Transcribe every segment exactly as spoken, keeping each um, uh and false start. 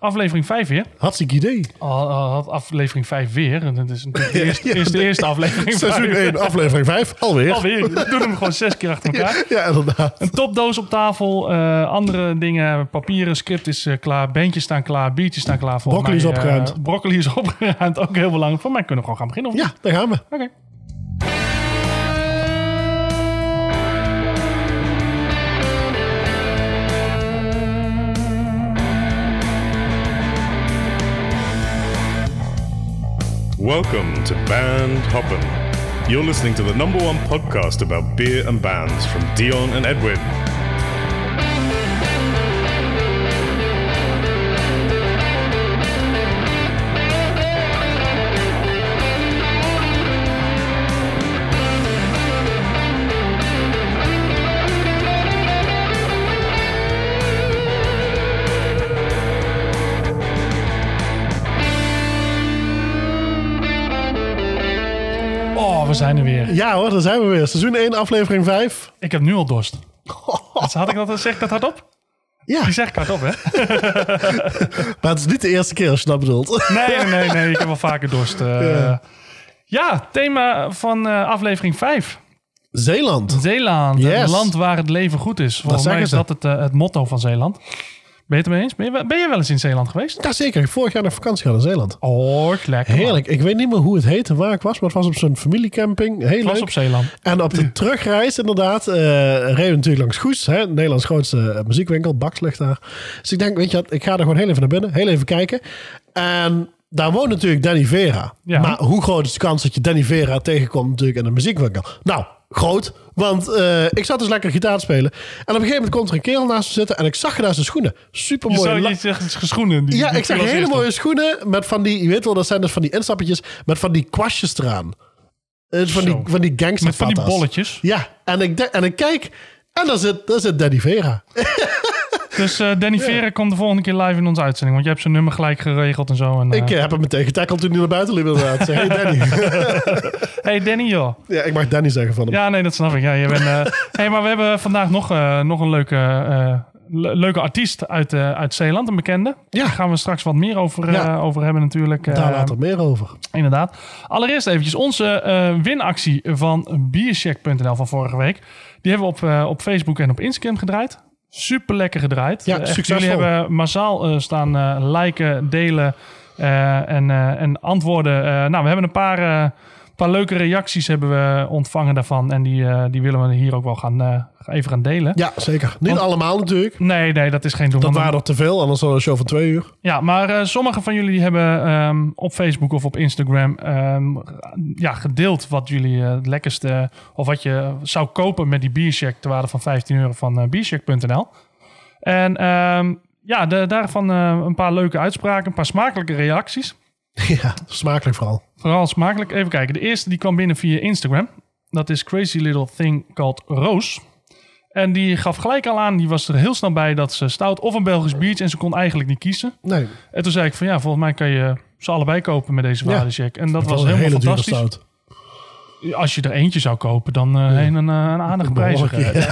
aflevering vijf weer. Hartstikke idee. Al, al had aflevering vijf weer. Dat is natuurlijk de eerste, ja, ja, is de eerste aflevering. Seizoen één, aflevering vijf. Alweer. Alweer. We doen hem gewoon zes keer achter elkaar. Ja, ja inderdaad. Een topdoos op tafel. Uh, andere dingen. Papieren, script is uh, klaar. Bandjes staan klaar. Biertjes staan klaar. Broccoli is uh, opgeruimd. Broccoli is opgeruimd. Ook heel belangrijk. Voor mij kunnen we gewoon gaan beginnen. Of ja, daar gaan we. Oké. Okay. Welcome to Band Hoppin'. You're listening to the number one podcast about beer and bands from Dion and Edwin. We zijn er weer. Ja hoor, daar zijn we weer. Seizoen één, aflevering vijf. Ik heb nu al dorst. Dus had ik dat, zeg ik dat hardop? Ja. Die zeg ik hardop, hè? Maar het is niet de eerste keer als je dat bedoelt. Nee, nee, nee. nee. Ik heb wel vaker dorst. Uh, ja. ja, thema van uh, aflevering vijf. Zeeland. Zeeland. Yes. Het land waar het leven goed is. Volgens mij is dat het, uh, het motto van Zeeland. Ben je het ermee eens? Ben je, ben je wel eens in Zeeland geweest? Ja, zeker. Ik vorig jaar naar vakantie gehad in Zeeland. Oh, lekker. Heerlijk. Ik weet niet meer hoe het heette, waar ik was, maar het was op zo'n familiecamping. Heel het was leuk. op Zeeland. En op de terugreis inderdaad, uh, reden we natuurlijk langs Goes, hè, Nederlands grootste uh, muziekwinkel, Baks ligt daar. Dus ik denk, weet je wat, ik ga er gewoon heel even naar binnen, heel even kijken. En daar woont natuurlijk Danny Vera. Ja. Maar hoe groot is de kans dat je Danny Vera tegenkomt natuurlijk in een muziekwinkel? Nou, groot. Want uh, ik zat dus lekker gitaar te spelen. En op een gegeven moment komt er een kerel naast me zitten. En ik zag daar zijn schoenen. Super mooie. Je zag je zegt schoenen. Die, ja, die ik zag hele mooie schoenen. Met van die, je weet wel, dat zijn dus van die instappetjes. Met van die kwastjes eraan. Uh, van, die, van die gangsterpatas. Met van die bolletjes. Ja, en ik, de, en ik kijk. En daar zit, daar zit Danny Vera. Dus uh, Danny Vera ja. komt de volgende keer live in onze uitzending. Want je hebt zijn nummer gelijk geregeld en zo. En, uh... Ik uh, heb hem meteen getackeld toen hij naar buiten liep inderdaad. Zeg, hey Danny. Hey Danny joh. Ja, ik mag Danny zeggen van hem. Ja, nee, dat snap ik. Ja, je bent, uh... hey, maar we hebben vandaag nog, uh, nog een leuke, uh, le- leuke artiest uit, uh, uit Zeeland. Een bekende. Ja. Daar gaan we straks wat meer over, uh, ja. over hebben natuurlijk. Uh, Daar later meer over. Inderdaad. Allereerst eventjes onze uh, winactie van biercheck punt n l van vorige week. Die hebben we op, uh, op Facebook en op Instagram gedraaid. Super lekker gedraaid. Ja, Echt, succesvol. Jullie hebben massaal uh, staan uh, liken, delen uh, en, uh, en antwoorden. Uh, nou, we hebben een paar, uh, paar leuke reacties hebben we ontvangen daarvan. En die, uh, die willen we hier ook wel gaan, uh, even gaan delen. Ja, zeker. Niet Want, allemaal natuurlijk. Nee, nee, dat is geen doen. Dat waren er te veel, anders was een show van twee uur. Ja, maar uh, sommige van jullie hebben um, op Facebook of op Instagram um, ja, gedeeld wat jullie uh, het lekkerste, of wat je zou kopen met die biercheck ter waarde van vijftien euro van uh, biercheck punt n l. En um, ja, de, daarvan uh, een paar leuke uitspraken, een paar smakelijke reacties. Ja, smakelijk vooral. Vooral smakelijk. Even kijken. De eerste die kwam binnen via Instagram. Dat is Crazy Little Thing Called Rose. En die gaf gelijk al aan, die was er heel snel bij dat ze stout of een Belgisch biertje en ze kon eigenlijk niet kiezen. Nee. En toen zei ik van ja, volgens mij kan je ze allebei kopen met deze waardecheck. Ja, en dat was helemaal hele fantastisch. Stout. Als je er eentje zou kopen, dan uh, ja. heen een, een aardige prijs. Ja.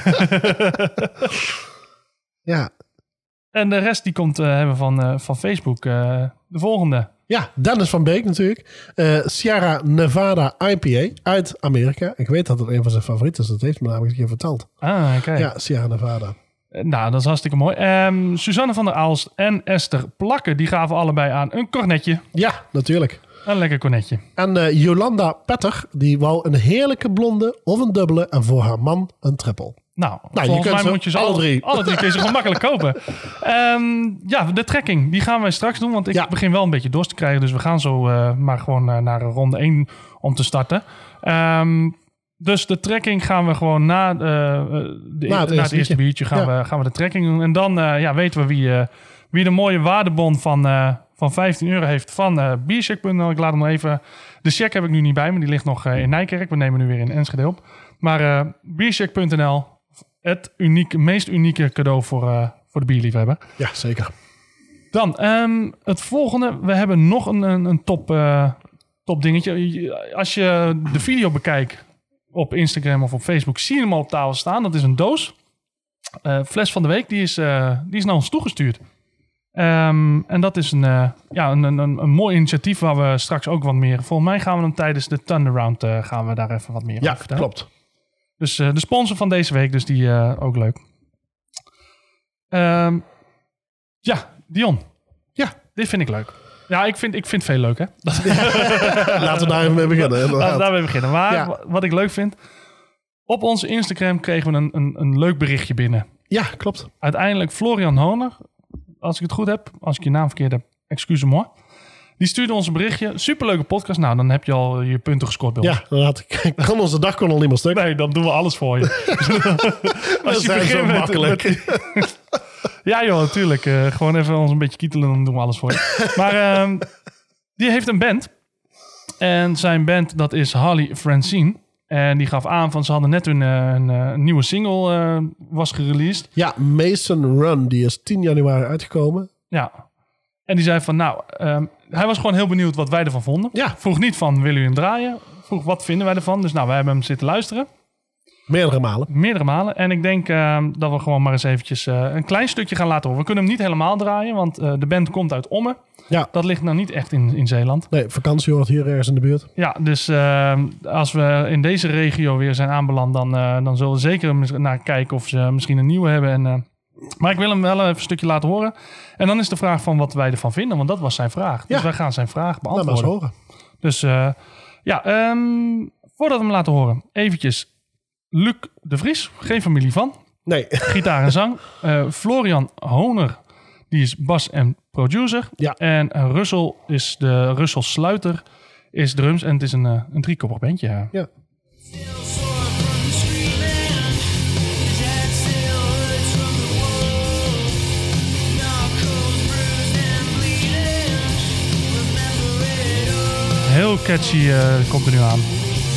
Ja. En de rest die komt uh, hebben van, uh, van Facebook. Uh, de volgende. Ja, Dennis van Beek natuurlijk. Uh, Sierra Nevada I P A uit Amerika. Ik weet dat het een van zijn favorieten is. Dat heeft me namelijk een keer verteld. Ah, oké. Okay. Ja, Sierra Nevada. Uh, nou, dat is hartstikke mooi. Um, Suzanne van der Aalst en Esther Plakken, die gaven allebei aan een cornetje. Ja, natuurlijk. Een lekker cornetje. En uh, Jolanda Petter, die wou een heerlijke blonde of een dubbele en voor haar man een triple. Nou, nou volgens je mij ze moet je ze alle drie. Alle drie kun je ze gewoon makkelijk kopen. Um, ja, de trekking, die gaan wij straks doen. Want ik ja. begin wel een beetje dorst te krijgen. Dus we gaan zo uh, maar gewoon uh, naar ronde één om te starten. Um, dus de trekking gaan we gewoon na, uh, de, na, het, na het eerste biertje gaan, ja. we, gaan we de trekking doen. En dan uh, ja, weten we wie, uh, wie de mooie waardebon van, uh, van vijftien euro heeft van uh, biercheck punt n l. Ik laat hem nog even... De check heb ik nu niet bij me. Die ligt nog uh, in Nijkerk. We nemen nu weer in Enschede op. Maar uh, biercheck punt n l... Het uniek, meest unieke cadeau voor, uh, voor de bierliefhebber. Ja, zeker. Dan, um, het volgende. We hebben nog een, een, een top, uh, top dingetje. Als je de video bekijkt op Instagram of op Facebook, zie je hem al op tafel staan. Dat is een doos. Uh, fles van de week, die is, uh, die is naar ons toegestuurd. Um, en dat is een, uh, ja, een, een, een mooi initiatief waar we straks ook wat meer... Volgens mij gaan we hem tijdens de Thunderround uh, gaan we daar even wat meer ja, over vertellen. Klopt. Dus uh, de sponsor van deze week, dus die uh, ook leuk. Um, ja, Dion. Ja. Dit vind ik leuk. Ja, ik vind, ik vind veel leuk, hè? Laten we daar even mee beginnen. Inderdaad. Laten we daarmee beginnen. Maar ja. wat ik leuk vind... Op onze Instagram kregen we een, een, een leuk berichtje binnen. Ja, klopt. Uiteindelijk Florian Honer, als ik het goed heb, als ik je naam verkeerd heb, excuse-moi. Die stuurde ons een berichtje. Superleuke podcast. Nou, dan heb je al je punten gescoord bij ons. Ja, inderdaad. Kan onze dag kon al niet meer stuk. Nee, dan doen we alles voor je. als je zijn zo met, makkelijk. Met, ja joh, natuurlijk. Uh, gewoon even ons een beetje kietelen, dan doen we alles voor je. Maar uh, die heeft een band. En zijn band, dat is Harley Francine. En die gaf aan van ze hadden net een, een, een nieuwe single uh, was gereleased. Ja, Mason Run. Die is tien januari uitgekomen. Ja. En die zei van nou, um, hij was gewoon heel benieuwd wat wij ervan vonden. Ja. Vroeg niet van willen jullie hem draaien? Vroeg wat vinden wij ervan? Dus nou, wij hebben hem zitten luisteren. Meerdere malen. Meerdere malen. En ik denk uh, dat we gewoon maar eens eventjes uh, een klein stukje gaan laten horen. We kunnen hem niet helemaal draaien, want uh, de band komt uit Ommen. Ja. Dat ligt nou niet echt in, in Zeeland. Nee, vakantie hoort hier ergens in de buurt. Ja, dus uh, als we in deze regio weer zijn aanbeland, dan, uh, dan zullen we zeker naar kijken of ze misschien een nieuwe hebben. En, uh, maar ik wil hem wel even een stukje laten horen. En dan is de vraag van wat wij ervan vinden, want dat was zijn vraag. Dus ja. wij gaan zijn vraag beantwoorden. Nou, maar eens horen. Dus uh, ja, um, voordat we hem laten horen, eventjes Luc de Vries, geen familie van. Nee. Gitaar en zang. Uh, Florian Honer, die is bas en producer. Ja. En uh, Russell is de Russell Sluiter, is drums. En het is een, uh, een driekoppig bandje. Ja. Heel catchy uh, komt er nu aan.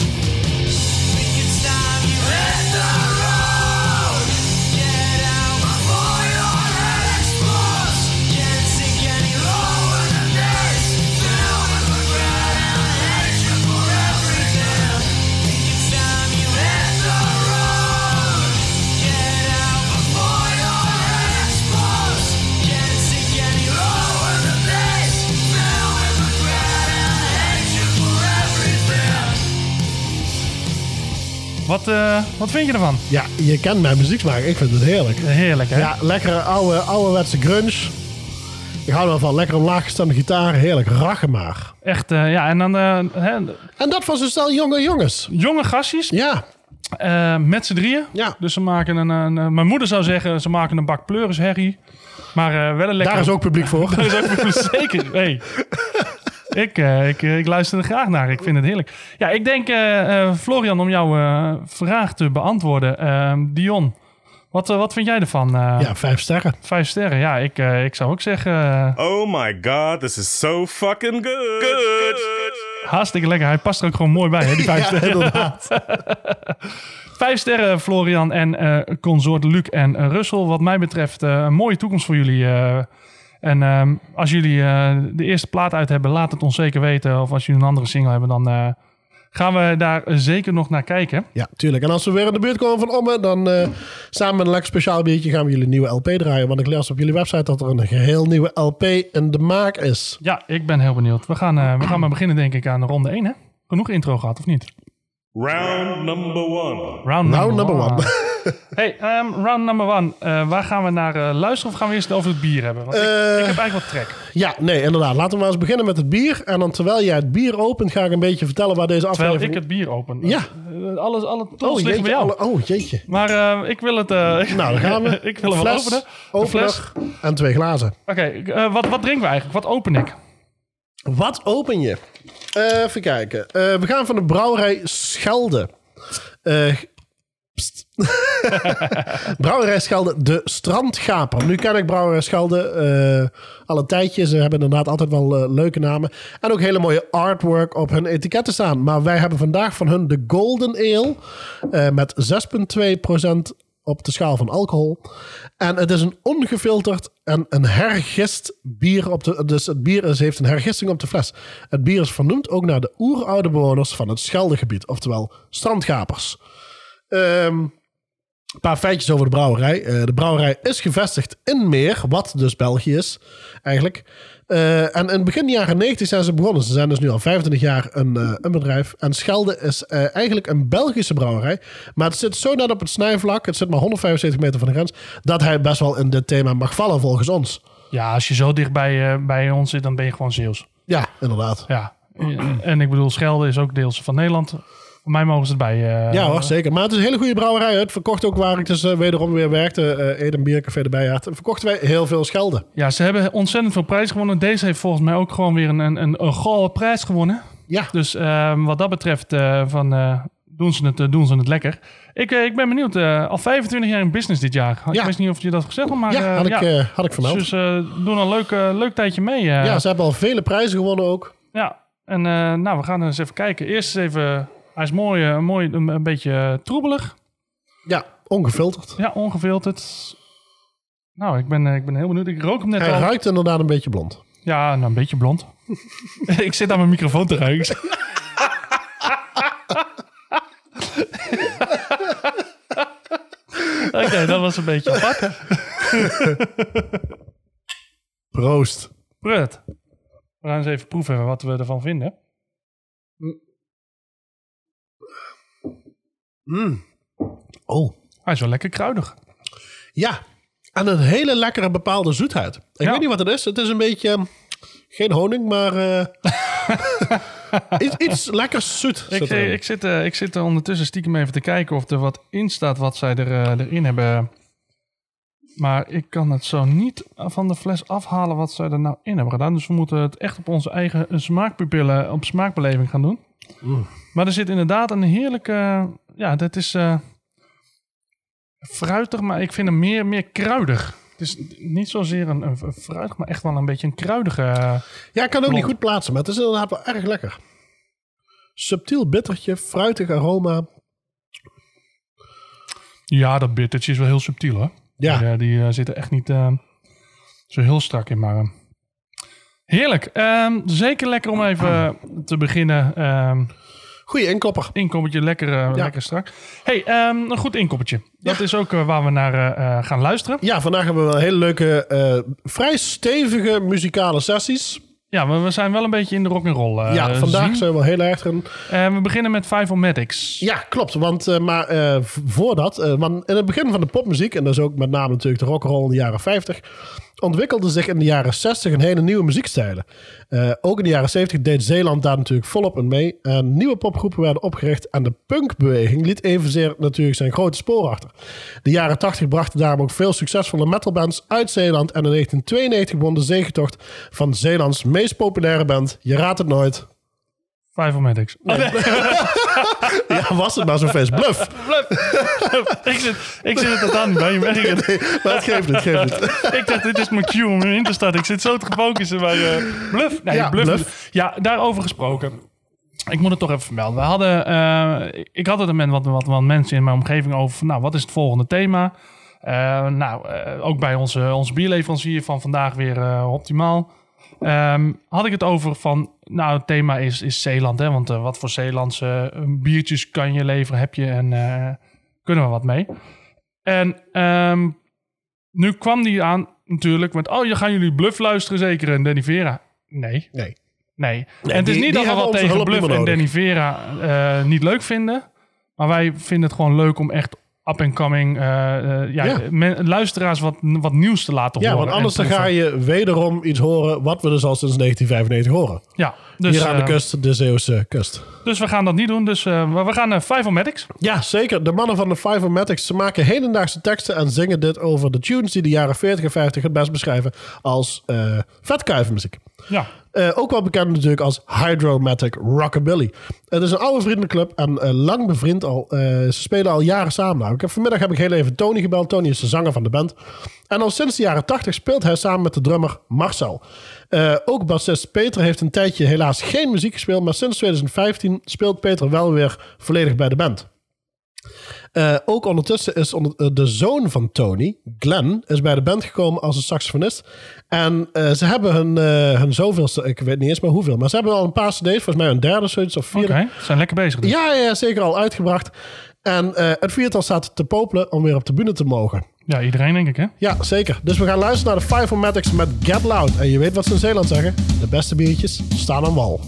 Wat, uh, wat vind je ervan? Ja, je kent mijn muzieksmaak. Ik vind het heerlijk. Heerlijk, hè? Ja, lekkere oude, ouderwetse grunge. Ik hou er wel van. Lekker omlaag gestemde gitaar. Heerlijk. Rachen maar. Echt, uh, ja. En dan... Uh, hè, en dat van zo'n stel jonge jongens. Jonge gastjes. Ja. Uh, met z'n drieën. Ja. Dus ze maken een, een, een... Mijn moeder zou zeggen, ze maken een bak pleurisherrie. Maar uh, wel een lekker... Daar is ook publiek voor. Daar is ook publiek, zeker. Hey. Ik, uh, ik, ik luister er graag naar. Ik vind het heerlijk. Ja, ik denk, uh, uh, Florian, om jouw uh, vraag te beantwoorden. Uh, Dion, wat, uh, wat vind jij ervan? Uh, ja, vijf sterren. Vijf sterren, ja. Ik, uh, ik zou ook zeggen... Uh, oh my god, this is so fucking good. Good. Hartstikke lekker. Hij past er ook gewoon mooi bij, hè, die vijf ja, sterren. Inderdaad. Vijf sterren, Florian en uh, consort Luc en uh, Russell. Wat mij betreft uh, een mooie toekomst voor jullie... Uh, En um, als jullie uh, de eerste plaat uit hebben, laat het ons zeker weten. Of als jullie een andere single hebben, dan uh, gaan we daar zeker nog naar kijken. Ja, tuurlijk. En als we weer in de buurt komen van Ommen, dan uh, samen met een lekker speciaal biertje gaan we jullie een nieuwe L P draaien. Want ik lees op jullie website dat er een geheel nieuwe L P in de maak is. Ja, ik ben heel benieuwd. We gaan, uh, we gaan maar beginnen denk ik aan ronde één, hè? Genoeg intro gehad, of niet? Round number one. Round, round number, number one. one. Hey, um, round number one. Uh, waar gaan we naar uh, luisteren of gaan we eerst over het bier hebben? Want ik, uh, ik heb eigenlijk wat trek. Ja, nee, inderdaad. Laten we maar eens beginnen met het bier. En dan terwijl jij het bier opent, ga ik een beetje vertellen waar deze terwijl aflevering... Terwijl ik het bier open? Ja. Uh, alles, alle tools oh, liggen bij jou. Alle, oh, jeetje. Maar uh, ik wil het... Uh, nou, dan gaan we. ik wil hem wel openen. Een fles en twee glazen. Oké, okay, uh, wat, wat drinken we eigenlijk? Wat open ik? Wat open je? Uh, even kijken. Uh, we gaan van de brouwerij Schelde. Uh, Brouwerij Schelde, de Strandgaper. Nu ken ik Brouwerij Schelde uh, al een tijdje. Ze hebben inderdaad altijd wel uh, leuke namen. En ook hele mooie artwork op hun etiketten staan. Maar wij hebben vandaag van hun de Golden Ale. Uh, met zes komma twee procent op de schaal van alcohol. En het is een ongefilterd en een hergist bier. Op de, dus het bier is, heeft een hergisting op de fles. Het bier is vernoemd ook naar de oeroude bewoners van het Scheldegebied. Oftewel strandgapers. Um, Een paar feitjes over de brouwerij. Uh, de brouwerij is gevestigd in Meer, wat dus België is eigenlijk. Uh, en in begin jaren negentig zijn ze begonnen. Ze zijn dus nu al vijfentwintig jaar een, uh, een bedrijf. En Schelde is uh, eigenlijk een Belgische brouwerij. Maar het zit zo net op het snijvlak. Het zit maar honderdvijfenzeventig meter van de grens. Dat hij best wel in dit thema mag vallen volgens ons. Ja, als je zo dicht bij, uh, bij ons zit, dan ben je gewoon Zeeuws. Ja, inderdaad. Ja. En ik bedoel, Schelde is ook deels van Nederland. Voor mij mogen ze het bij. Uh, ja hoor, zeker. Maar het is een hele goede brouwerij. Het verkocht ook waar ik dus uh, wederom weer werkte. Uh, Eden Biercafé de Bijaard. En verkochten wij heel veel Schelde. Ja, ze hebben ontzettend veel prijs gewonnen. Deze heeft volgens mij ook gewoon weer een, een, een, een gouden prijs gewonnen. Ja. Dus uh, wat dat betreft uh, van, uh, doen, ze het, uh, doen ze het lekker. Ik, uh, ik ben benieuwd. Uh, al vijfentwintig jaar in business dit jaar. Ik ja. weet niet of je dat gezegd had. Maar, ja, had, uh, ik, ja. Uh, had ik vermeld. Dus uh, doen een leuk, uh, leuk tijdje mee. Uh. Ja, ze hebben al vele prijzen gewonnen ook. Ja, en uh, nou, we gaan eens even kijken. Eerst eens even... Hij is mooi, uh, mooi een, een beetje uh, troebelig. Ja, ongefilterd. Ja, ongefilterd. Nou, ik ben, uh, ik ben heel benieuwd. Ik rook hem net Hij al. ruikt inderdaad een beetje blond. Ja, nou, een beetje blond. Ik zit aan mijn microfoon te ruiken. Oké, okay, dat was een beetje apart. Proost. Prut. We gaan eens even proeven wat we ervan vinden. Mm. Oh. Hij is wel lekker kruidig. Ja, en een hele lekkere bepaalde zoetheid. Ik ja. weet niet wat het is. Het is een beetje... Geen honing, maar... Uh, iets, iets lekkers zoet. Ik, ik, ik, zit, uh, ik zit ondertussen stiekem even te kijken of er wat in staat wat zij er, uh, erin hebben. Maar ik kan het zo niet van de fles afhalen wat zij er nou in hebben gedaan. Dus we moeten het echt op onze eigen smaakpupillen, op smaakbeleving gaan doen. Mm. Maar er zit inderdaad een heerlijke... Ja, dat is uh, fruitig, maar ik vind hem meer, meer kruidig. Het is niet zozeer een, een fruitig, maar echt wel een beetje een kruidige... Uh, ja, ik kan ook niet goed plaatsen, maar het is inderdaad wel erg lekker. Subtiel bittertje, fruitig aroma. Ja, dat bittertje is wel heel subtiel, hoor. Ja. Die, die uh, zit er echt niet uh, zo heel strak in, maar... Uh, heerlijk. Um, zeker lekker om even te beginnen... Um, Goeie inkopper. Inkoppertje, lekker, uh, ja. lekker strak. Hey, um, een goed inkoppertje. Dat ja. is ook uh, waar we naar uh, gaan luisteren. Ja, vandaag hebben we wel hele leuke, uh, vrij stevige muzikale sessies. Ja, maar we zijn wel een beetje in de rock'n'roll. Uh, ja, vandaag zien. zijn we wel heel erg erin. Uh, we beginnen met Five-O-Matics. Ja, klopt. Want, uh, maar uh, voordat, uh, want in het begin van de popmuziek, en dat is ook met name natuurlijk de rock'n'roll in de jaren vijftig, ontwikkelde zich in de jaren zestig een hele nieuwe muziekstijlen. Uh, ook in de jaren zeventig deed Zeeland daar natuurlijk volop in mee. En nieuwe popgroepen werden opgericht en de punkbeweging liet evenzeer natuurlijk zijn grote spoor achter. De jaren tachtig brachten daarom ook veel succesvolle metalbands uit Zeeland en in negentien tweeënnegentig won de zegentocht van Zeelands meest populaire band, je raadt het nooit, Five-O-Matics. Nee. Ja, was het maar zo'n feest. Bluff. Bluff. ik, zit, ik zit er totaal niet bij. Je merkt het. Nee, maar het geeft het, geeft het. Ik dacht, dit is mijn cue om in te starten. Ik zit zo te gefocussen bij uh, Bluff. Nee, ja, bluff. bluff. Ja, daarover gesproken. Ik moet het toch even vermelden. We hadden, uh, ik had het er met wat, wat, wat mensen in mijn omgeving over. Nou, wat is het volgende thema? Uh, nou, uh, ook bij onze, onze bierleverancier van vandaag weer uh, optimaal. Um, had ik het over van, nou, het thema is, is Zeeland, hè? Want uh, wat voor Zeelandse uh, biertjes kan je leveren, heb je en uh, kunnen we wat mee? En um, nu kwam die aan natuurlijk met, oh, gaan jullie Bluff luisteren zeker en Danny Vera? Nee. Nee. Nee. nee en het is die, niet die dat we wat tegen Bluff en Danny Vera uh, niet leuk vinden, maar wij vinden het gewoon leuk om echt up-and-coming uh, uh, ja, ja. men, luisteraars wat, wat nieuws te laten ja, horen. Ja, want anders dan ga je wederom iets horen wat we dus al sinds negentien vijfennegentig horen. Ja, dus, hier aan de kust, de Zeeuwse kust. Dus we gaan dat niet doen. Dus uh, we gaan naar Five-O-Matics. Ja, zeker. De mannen van de Five-O-Matics, ze maken hedendaagse teksten en zingen dit over de tunes die de jaren veertig en vijftig het best beschrijven als uh, vetkuivenmuziek. Ja. Uh, ook wel bekend natuurlijk als Hydromatic Rockabilly. Het is een oude vriendenclub en uh, lang bevriend al. Uh, ze spelen al jaren samen. Nou, ik heb, vanmiddag heb ik heel even Tony gebeld. Tony is de zanger van de band. En al sinds de jaren tachtig speelt hij samen met de drummer Marcel. Uh, ook bassist Peter heeft een tijdje helaas geen muziek gespeeld, maar sinds twintig vijftien speelt Peter wel weer volledig bij de band. Uh, ook ondertussen is onder, uh, de zoon van Tony, Glenn, is bij de band gekomen als een saxofonist. En uh, ze hebben hun, uh, hun zoveelste, ik weet niet eens maar hoeveel, maar ze hebben al een paar cd's, volgens mij een derde, zoiets of vierde. Oké, okay, ze zijn lekker bezig dus. Ja, ja, zeker al uitgebracht. En uh, het viertal staat te popelen om weer op de bühne te mogen. Ja, iedereen denk ik, hè? Ja, zeker. Dus we gaan luisteren naar de Five-O-Matics met Get Loud. En je weet wat ze in Zeeland zeggen. De beste biertjes staan aan wal.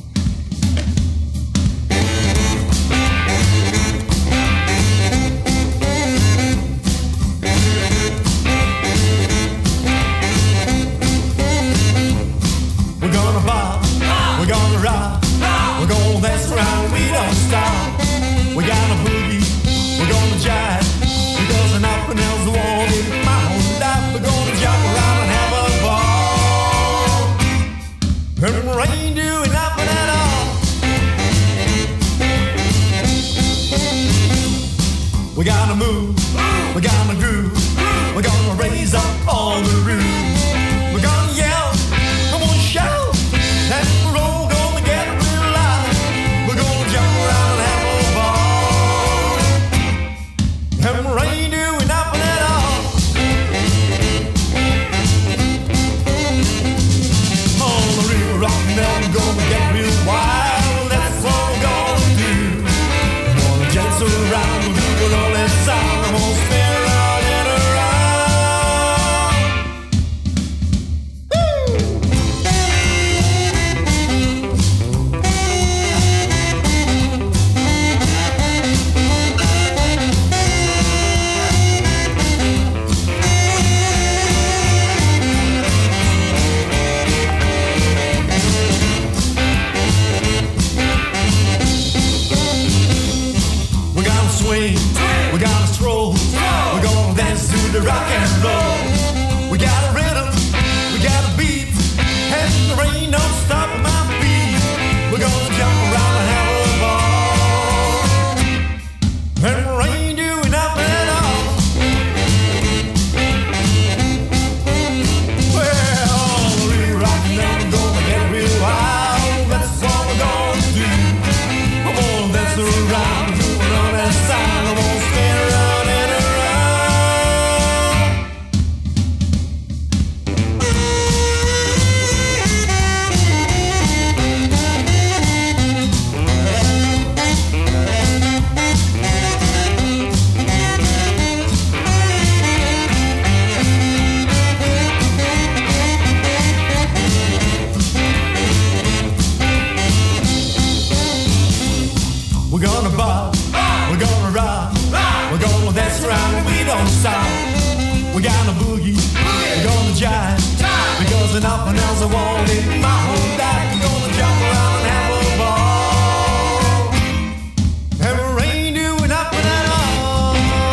We're gonna bob, we're gonna rock, we're gonna dance around, we don't stop. We got a boogie, we're gonna jive, because nothing else won't be my whole life. We're gonna jump around and have a ball. And we ain't doing nothing at all. We gotta move, we gotta groove, we're gonna raise up all the roof. We're gonna yell, come on shout, and we're all gonna get real loud. We're gonna jump around and have a ball. And we ain't doing nothing at all. On the real rock now we're gonna get real wild. That's what we're gonna do. We're gonna dance around, we'll do it all that sound. I'm gonna spin around and around. We're gonna swing, we're gonna stroll, we're gonna dance to the rock and roll. We got a rhythm, we got a beat, and there ain't no stopping my feet. We're gonna jump around and have a ball. And we ain't doing nothing at all. Well, all the real rock now we're gonna get real wild. That's what we're gonna do. I'm gonna dance around, moving on that side. I'm gonna spin around and around. We're gonna bob, we're gonna rock, we're gonna dance around and we don't stop. We got a boogie, we're gonna jive, because there's nothing else I want in my whole life. We're gonna jump around and have a ball. And we ain't doing nothing at all.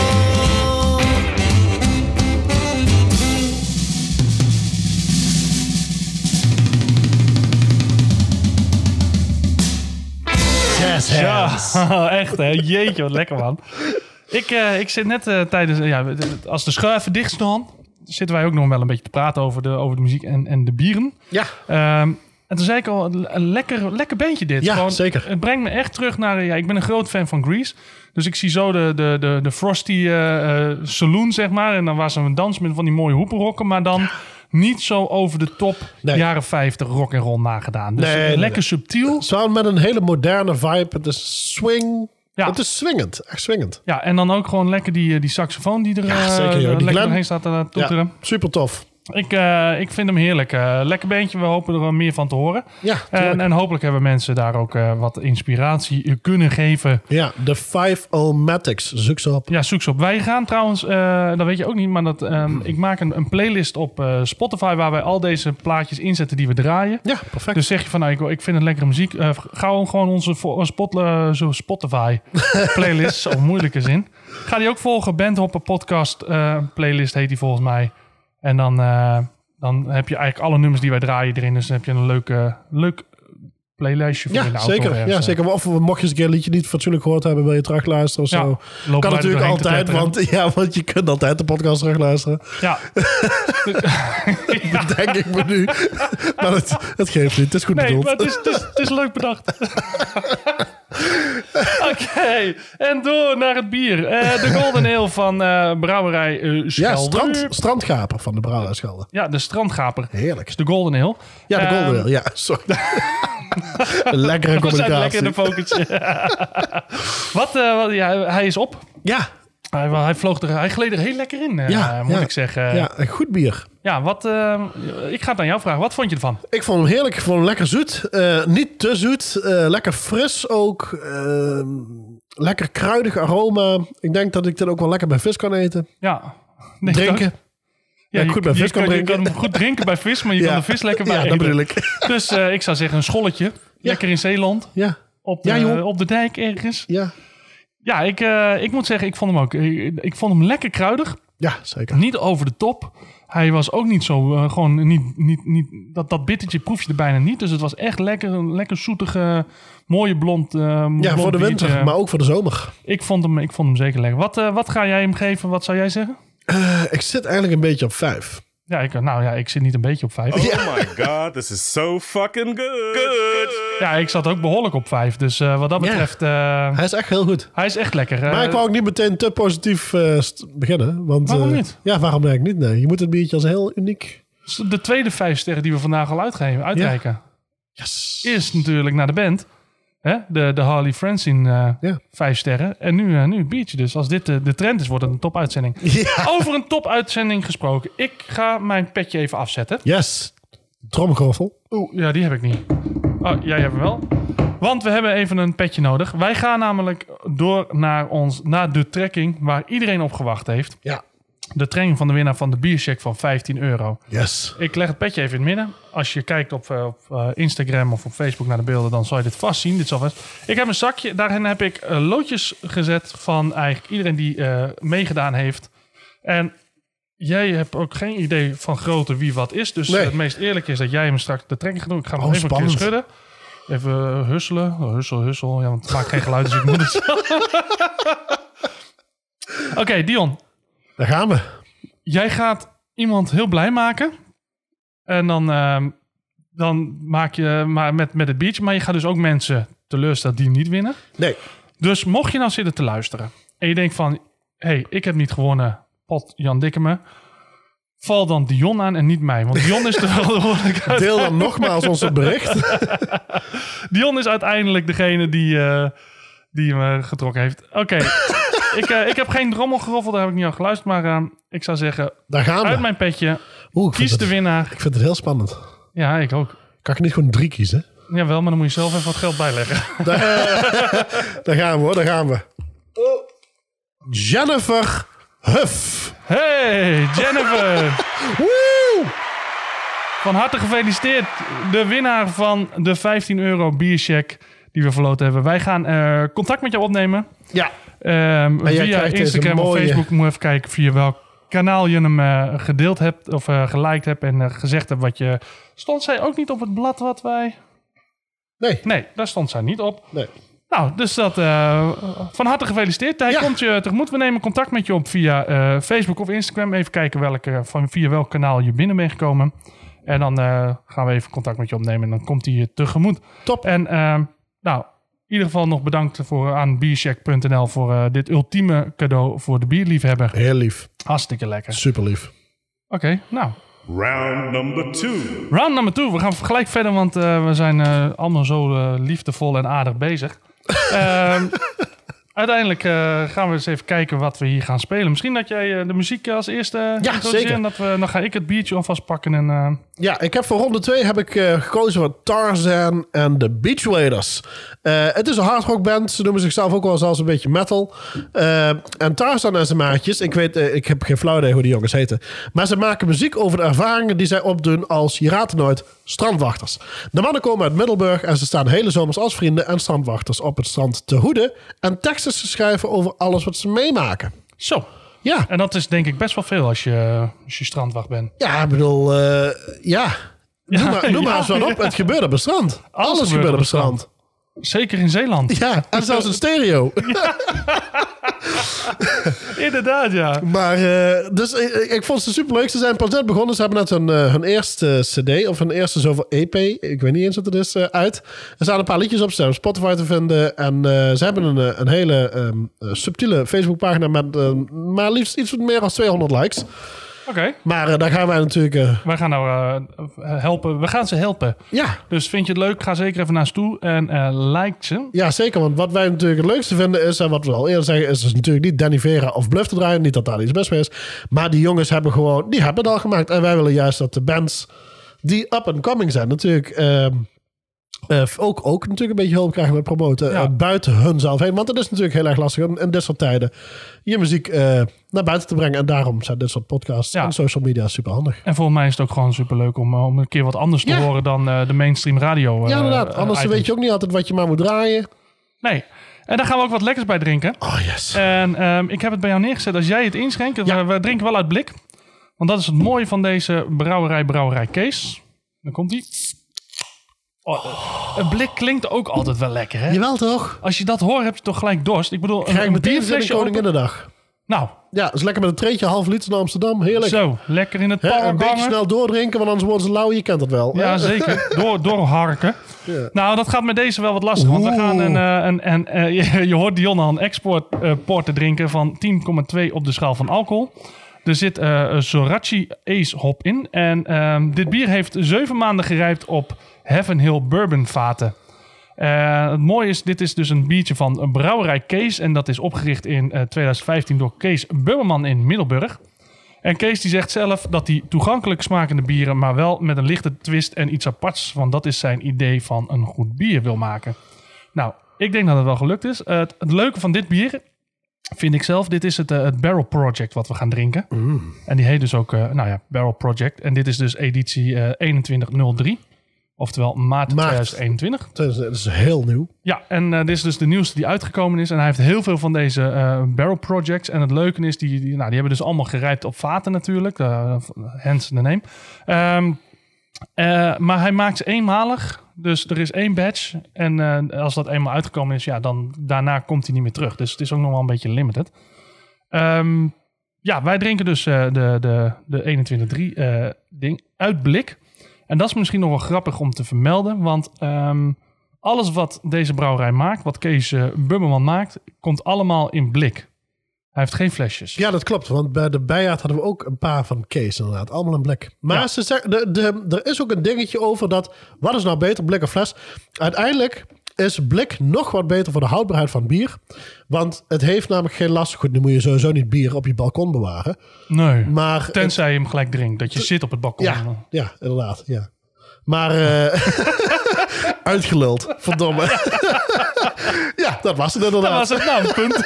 Jazz Ja, hands. echt hè. Jeetje, wat lekker man. Ik, uh, ik zit net uh, tijdens... Uh, ja, als de schuif even dicht staan, zitten wij ook nog wel een beetje te praten over de, over de muziek en, en de bieren. Ja. Um, en toen zei ik al, een lekker, lekker beentje dit. Ja, Gewoon, zeker. Het brengt me echt terug naar... Ja, ik ben een groot fan van Grease. Dus ik zie zo de, de, de, de Frosty uh, uh, Saloon, zeg maar. En dan was er een dans met van die mooie hoepenrokken. Maar dan niet zo over de top Nee. jaren vijftig rock en roll nagedaan. Dus Nee, uh, nee, lekker nee. subtiel. Zo met een hele moderne vibe. Het is swing. Ja. Het is swingend. Echt swingend. Ja, en dan ook gewoon lekker die, die saxofoon die er Ja, uh, zeker, joh. Die lekker Glenn. doorheen staat te uh, toeteren. Ja, super tof. Ik, uh, ik vind hem heerlijk. Uh, lekker beentje. We hopen er wel meer van te horen. Ja, en, tuurlijk. en hopelijk hebben mensen daar ook uh, wat inspiratie kunnen geven. Ja, de Five-O-Matics. Zoek ze op. Ja, zoek ze op. Wij gaan trouwens, uh, dat weet je ook niet, maar dat, um, ik maak een, een playlist op uh, Spotify waar wij al deze plaatjes inzetten die we draaien. Ja, perfect. Dus zeg je van, nou, ik, ik vind het lekkere muziek. Uh, ga gewoon onze vo- spot, uh, zo Spotify playlist, zo moeilijke zin. Ga die ook volgen. Bandhopper Podcast uh, playlist heet die volgens mij. En dan, uh, dan heb je eigenlijk alle nummers die wij draaien erin. Dus dan heb je een leuk, uh, leuk playlistje voor in de Ja, auto. zeker. ergens. Ja, zeker. Of mocht je eens een keer een liedje niet fatsoenlijk gehoord hebben, wil je terugluisteren of Ja, zo. lopen Kan wij er natuurlijk doorheen te altijd, tetteren. want, ja, want je kunt altijd de podcast terugluisteren. Ja. Dat denk ik me nu. Maar het, het geeft niet. Het is goed Nee, bedoeld. maar het is, het is, het is leuk bedacht. Oké, okay. En door naar het bier. Uh, de Golden Ale van uh, brouwerij uh, Ja, Schelde. strand, strandgaper van de Brouwerij Schelde. Ja, de strandgaper. Heerlijk. Dus de Golden Ale. Ja, de Golden Um, Ale. Ja, sorry. Een lekkere We zijn communicatie. lekker in de focus. wat, uh, wat, ja, hij is op. Ja. Hij, hij, vloog er, hij gleed er heel lekker in, uh, Ja, moet ja. ik zeggen. Ja, een goed bier. Ja, wat, uh, ik ga het aan jou vragen. Wat vond je ervan? Ik vond hem heerlijk. Ik vond hem lekker zoet. Uh, niet te zoet. Uh, lekker fris ook. Uh, lekker kruidig aroma. Ik denk dat ik dit ook wel lekker bij vis kan eten. Ja. Nee, drinken. Ja, ja, goed bij vis je kan, kan drinken. Je kan hem goed drinken bij vis, maar je ja. kan de vis lekker bij ja, eten. dat bedoel ik. Dus uh, ik zou zeggen een scholletje. Lekker in Zeeland. Ja. Op de, ja, op de dijk ergens. Ja. Ja, ik, uh, ik moet zeggen, ik vond hem ook. Ik, ik vond hem lekker kruidig. Ja, zeker. Niet over de top. Hij was ook niet zo, uh, gewoon niet, niet, niet, dat, dat bittertje proef je er bijna niet. Dus het was echt lekker, een lekker zoetige, mooie blond uh, Ja, blond voor de winter, biertje. maar ook voor de zomer. Ik vond hem, ik vond hem zeker lekker. Wat, uh, wat ga jij hem geven? Wat zou jij zeggen? Uh, ik zit eigenlijk een beetje op vijf. Ja, ik, nou ja, ik zit niet een beetje op vijf. Oh Ja. my god, this is so fucking good. Good. Ja, ik zat ook behoorlijk op vijf. Dus uh, wat dat Ja. betreft, uh, Hij is echt heel goed. hij is echt lekker. Uh, Maar ik wou ook niet meteen te positief uh, st- beginnen. Want, Waarom uh, niet? Ja, waarom eigenlijk niet? Nee. Je moet het biertje als heel uniek... de tweede vijf sterren die we vandaag al uitgeven, uitreiken, Yes. is natuurlijk naar de band. Hè? De, de Harley Francine uh, Ja. vijf sterren. En nu, uh, nu het biertje. Dus als dit uh, de trend is, wordt het een topuitzending. Ja. Over een topuitzending gesproken. Ik ga mijn petje even afzetten. Yes. Tromgeroffel. Oeh, ja, die heb ik niet. Oh, jij hebt hem wel. Want we hebben even een petje nodig. Wij gaan namelijk door naar, ons, naar de trekking waar iedereen op gewacht heeft. Ja. De training van de winnaar van de biercheck van vijftien euro. Yes. Ik leg het petje even in het midden. Als je kijkt op, uh, op uh, Instagram of op Facebook naar de beelden, dan zal je dit vast zien. Dit zal vast. Ik heb een zakje. Daarin heb ik uh, loodjes gezet van eigenlijk iedereen die uh, meegedaan heeft. En jij hebt ook geen idee van grootte wie wat is. Dus Nee. uh, het meest eerlijke is dat jij hem straks de trekking gaat doen. Ik ga hem Oh, even spannend. een keer schudden. Even uh, husselen. Oh, hussel, hussel. Ja, want het maakt geen geluid, dus ik moet het zelf. Oké, okay, Dion. Daar gaan we. Jij gaat iemand heel blij maken. En dan, uh, dan maak je maar met, met het biertje. Maar je gaat dus ook mensen teleurstellen die niet winnen. Nee. Dus mocht je nou zitten te luisteren. En je denkt van, hé, hey, ik heb niet gewonnen. Pot Jan Dikkeme. Val dan Dion aan en niet mij. Want Dion is de verantwoordelijkheid. Deel dan nogmaals ons bericht. Dion is uiteindelijk degene die, uh, die me getrokken heeft. Oké. Okay. ik, uh, ik heb geen drommel geroffeld. Daar heb ik niet al geluisterd. Maar uh, ik zou zeggen, Daar gaan we. uit mijn petje. Oeh, ik Kies vind de het, winnaar. Ik vind het heel spannend. Ja, ik ook. Kan ik niet gewoon drie kiezen? Jawel, maar dan moet je zelf even wat geld bijleggen. Daar, daar gaan we hoor, daar gaan we. Jennifer Huff. Hey, Jennifer. Woe! Van harte gefeliciteerd. De winnaar van de vijftien euro biercheck die we verloten hebben. Wij gaan uh, contact met jou opnemen. Ja. Um, jij via krijgt deze Instagram mooie- of Facebook. Moet even kijken via welk kanaal je hem uh, gedeeld hebt. Of uh, geliked hebt en uh, gezegd hebt wat je... Stond zij ook niet op het blad wat wij... Nee. Nee, daar stond zij niet op. Nee. Nou, dus dat uh, van harte gefeliciteerd. Hij Ja. komt je tegemoet. We nemen contact met je op via uh, Facebook of Instagram. Even kijken welke, van, via welk kanaal je binnen bent gekomen. En dan uh, gaan we even contact met je opnemen. En dan komt hij je tegemoet. Top. En uh, nou, in ieder geval nog bedankt voor, aan biercheck punt n l voor uh, dit ultieme cadeau voor de bierliefhebber. Heel lief. Hartstikke lekker. Oké, Super lief. okay, nou. Round number two. Round nummer two. We gaan gelijk verder, want uh, we zijn uh, allemaal zo uh, liefdevol en aardig bezig. um, uiteindelijk uh, gaan we eens even kijken wat we hier gaan spelen. Misschien dat jij uh, de muziek als eerste uh, Ja, introduceert zeker. en dat we, dan ga ik het biertje alvast pakken. En, uh, Ja, ik heb voor ronde twee heb ik uh, gekozen voor Tarzan en de Beach Waders. Uh, het is een hardrockband. Ze noemen zichzelf ook wel zelfs een beetje metal. Uh, en Tarzan en zijn maatjes. Ik weet, uh, ik heb geen flauw idee hoe die jongens heten. Maar ze maken muziek over de ervaringen die zij opdoen als, je raadt het nooit, strandwachters. De mannen komen uit Middelburg en ze staan hele zomers als vrienden en strandwachters op het strand te hoeden. En teksten te schrijven over alles wat ze meemaken. zo. Ja, En dat is denk ik best wel veel als je, als je strandwacht bent. ja, ik bedoel, uh, ja. Noem maar, noem maar ja, eens wat op. ja. Het gebeurt op het strand. Alles, gebeurt op het strand. Zeker in Zeeland. Ja, en zelfs een stereo. Inderdaad, ja. Maar, uh, dus ik, ik vond ze superleuk. Ze zijn pas net begonnen. Ze hebben net hun, uh, hun eerste cd of hun eerste zoveel E P. Ik weet niet eens wat het is, uh, uit. Er staan een paar liedjes op. Ze zijn op Spotify te vinden. En uh, ze hebben een, een hele um, subtiele Facebookpagina met uh, maar liefst iets meer dan tweehonderd likes. Oké. Okay. Maar uh, daar gaan wij natuurlijk... Uh... Wij gaan nou uh, helpen. We gaan ze helpen. Ja. Dus vind je het leuk, ga zeker even naar ze toe en uh, like ze. Ja, zeker. Want wat wij natuurlijk het leukste vinden is... en wat we al eerder zeggen, is dus natuurlijk niet Danny Vera of Bluff te draaien. Niet dat daar iets best mee is. Maar die jongens hebben gewoon... Die hebben het al gemaakt. En wij willen juist dat de bands die up and coming zijn natuurlijk... Uh, Uh, ook, ook natuurlijk een beetje hulp krijgen met promoten ja. uh, buiten hun zelf heen. Want het is natuurlijk heel erg lastig om in dit soort tijden je muziek uh, naar buiten te brengen. En daarom zijn dit soort podcasts ja. en social media super handig. En volgens mij is het ook gewoon super leuk om, om een keer wat anders te ja. horen dan uh, de mainstream radio. Uh, ja, inderdaad. Anders uh, weet je ook niet altijd wat je maar moet draaien. Nee. En daar gaan we ook wat lekkers bij drinken. Oh yes. En um, ik heb het bij jou neergezet. Als jij het inschenkt, ja. we, we drinken wel uit blik. Want dat is het mooie van deze brouwerij, brouwerij Kees. Dan komt die. Oh, een blik klinkt ook altijd wel lekker, hè? Jawel, toch? Als je dat hoort, heb je toch gelijk dorst. Ik bedoel, Krijg een, een bierflesje Koninginnedag. Nou. Ja, dat is lekker met een treetje, half liter naar Amsterdam. Heerlijk. Zo, lekker in het park. Een beetje snel doordrinken, want anders worden ze lauw. Je kent het wel. Ja, zeker. Door, doorharken. Ja. Nou, dat gaat met deze wel wat lastig. Want we gaan een... een, een, een je, je hoort Dion al een export uh, porter drinken van tien komma twee op de schaal van alcohol. Er zit uh, Sorachi Ace hop in. En uh, dit bier heeft zeven maanden gerijpt op Heaven Hill Bourbon vaten. Uh, het mooie is, dit is dus een biertje van een brouwerij Kees. En dat is opgericht in uh, twintig vijftien door Kees Bubberman in Middelburg. En Kees die zegt zelf dat hij toegankelijk smakende bieren, maar wel met een lichte twist en iets aparts. Want dat is zijn idee van een goed bier wil maken. Nou, ik denk dat het wel gelukt is. Uh, het, het leuke van dit bier... vind ik zelf, dit is het, uh, het Barrel Project wat we gaan drinken. Mm. En die heet dus ook, uh, nou ja, Barrel Project. En dit is dus editie uh, eenentwintig nul drie. Oftewel maart, maart tweeduizend eenentwintig. Dat is heel nieuw. Ja, en uh, dit is dus de nieuwste die uitgekomen is. En hij heeft heel veel van deze uh, Barrel Projects. En het leuke is, die, die, nou, die hebben dus allemaal gerijpt op vaten natuurlijk. Uh, hence the name. Um, uh, maar hij maakt ze eenmalig. Dus er is één batch. En uh, als dat eenmaal uitgekomen is, ja, dan daarna komt hij niet meer terug. Dus het is ook nog wel een beetje limited. Um, ja, wij drinken dus uh, de, de, de eenentwintig drie uh, ding uit blik. En dat is misschien nog wel grappig om te vermelden. Want um, alles wat deze brouwerij maakt, wat Kees uh, Bubberman maakt, komt allemaal in blik. Hij heeft geen flesjes. Ja, dat klopt. Want bij de bijaard hadden we ook een paar van Kees inderdaad. Allemaal in blik. Maar ja. ze zeggen, de, de, er is ook een dingetje over dat... wat is nou beter, blik of fles? Uiteindelijk is blik nog wat beter voor de houdbaarheid van bier. Want het heeft namelijk geen last. Goed, nu moet je sowieso niet bier op je balkon bewaren. Nee, maar tenzij het, je hem gelijk drinkt. Dat je zit op het balkon. Ja, ja inderdaad. Ja. Maar uh, uitgeluld. Verdomme. Ja, dat was het inderdaad. Dat was het nou, punt.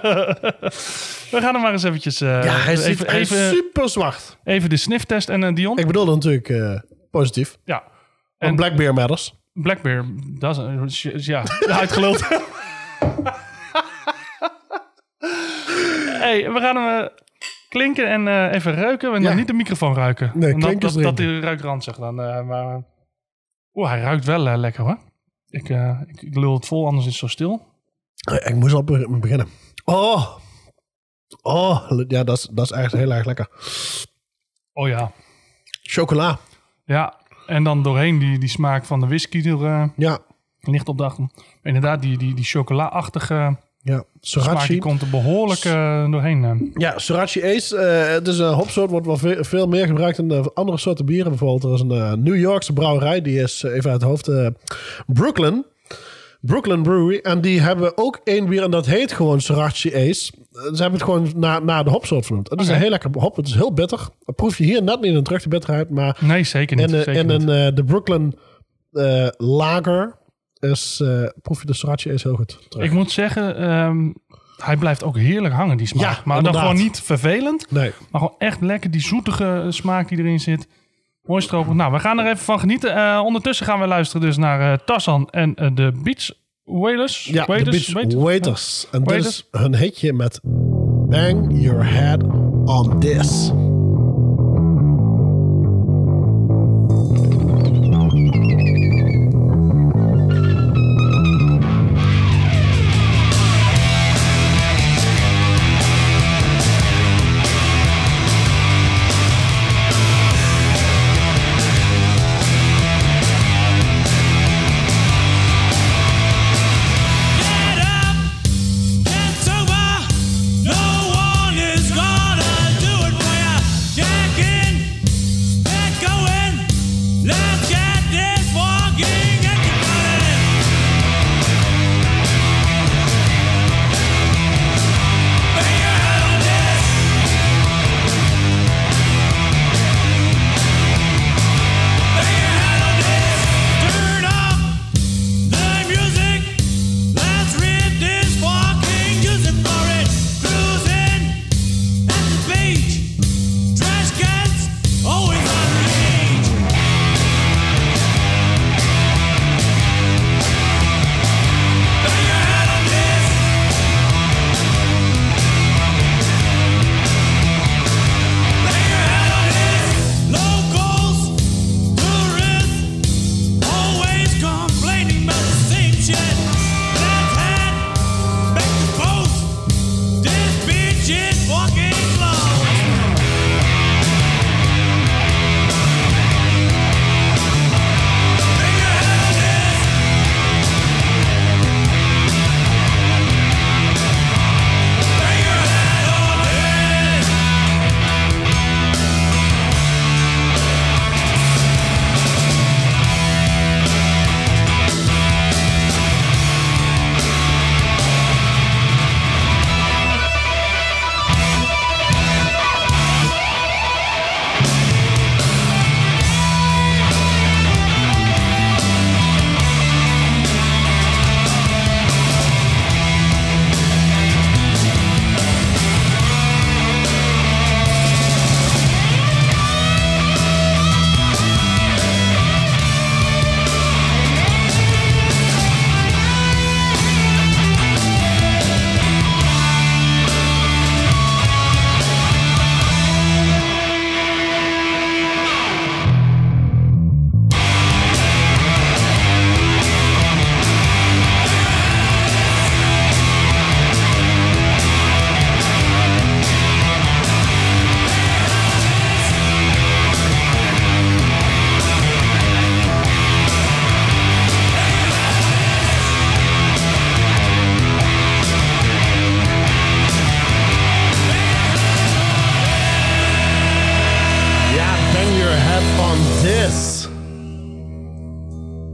We gaan er maar eens eventjes... Uh, ja, hij is, even, hij is even, super zwart. Even de sniftest en uh, Dion. Ik bedoelde natuurlijk uh, positief. Ja. En Black Bear matters. Black Bear, dat is... Ja, uitgeluld. Hey, we gaan hem uh, klinken en uh, even ruiken. En dan ja. niet de microfoon ruiken. Nee, dat, dat, dat, dat die ruikt ranzig dan. Uh, maar... Oeh, hij ruikt wel uh, lekker hoor. Ik, uh, ik, ik lul het vol, anders is het zo stil. Ik moest al beginnen. Oh. Oh, ja, dat is, dat is echt heel erg lekker. Oh ja. Chocola. Ja, en dan doorheen die, die smaak van de whisky er uh, ja. licht op de achtergrond. Inderdaad, die, die, die chocola-achtige ja. smaak die komt er behoorlijk uh, doorheen. Uh. Ja, Sorachi Ace. Uh, het is een hopsoort, wordt wel veel, veel meer gebruikt in uh, andere soorten bieren. Bijvoorbeeld, er is een uh, New Yorkse brouwerij. Die is uh, even uit het hoofd uh, Brooklyn. Brooklyn Brewery. En die hebben ook één bier en dat heet gewoon Sorachi Ace. Ze hebben het gewoon naar na de hopsoort vernoemd. Het is okay. een heel lekker hop. Het is heel bitter. Dat proef je hier net niet in terug, de bitterheid. Maar nee, zeker niet. In, zeker in niet. een, uh, de Brooklyn uh, Lager is, uh, proef je de Sorachi Ace heel goed terug. Ik moet zeggen, um, hij blijft ook heerlijk hangen, die smaak. Ja, maar inderdaad. dan gewoon niet vervelend. Nee. Maar gewoon echt lekker, die zoetige smaak die erin zit. Mooi stroopig. Nou, we gaan er even van genieten. Uh, ondertussen gaan we luisteren dus naar uh, Tarzan en uh, de Beach Wailers. Ja, Waiters, de Beach Waiters. En dit is hun hitje met Bang Your Head on This. Get up, it's over. No one is gonna do it for you.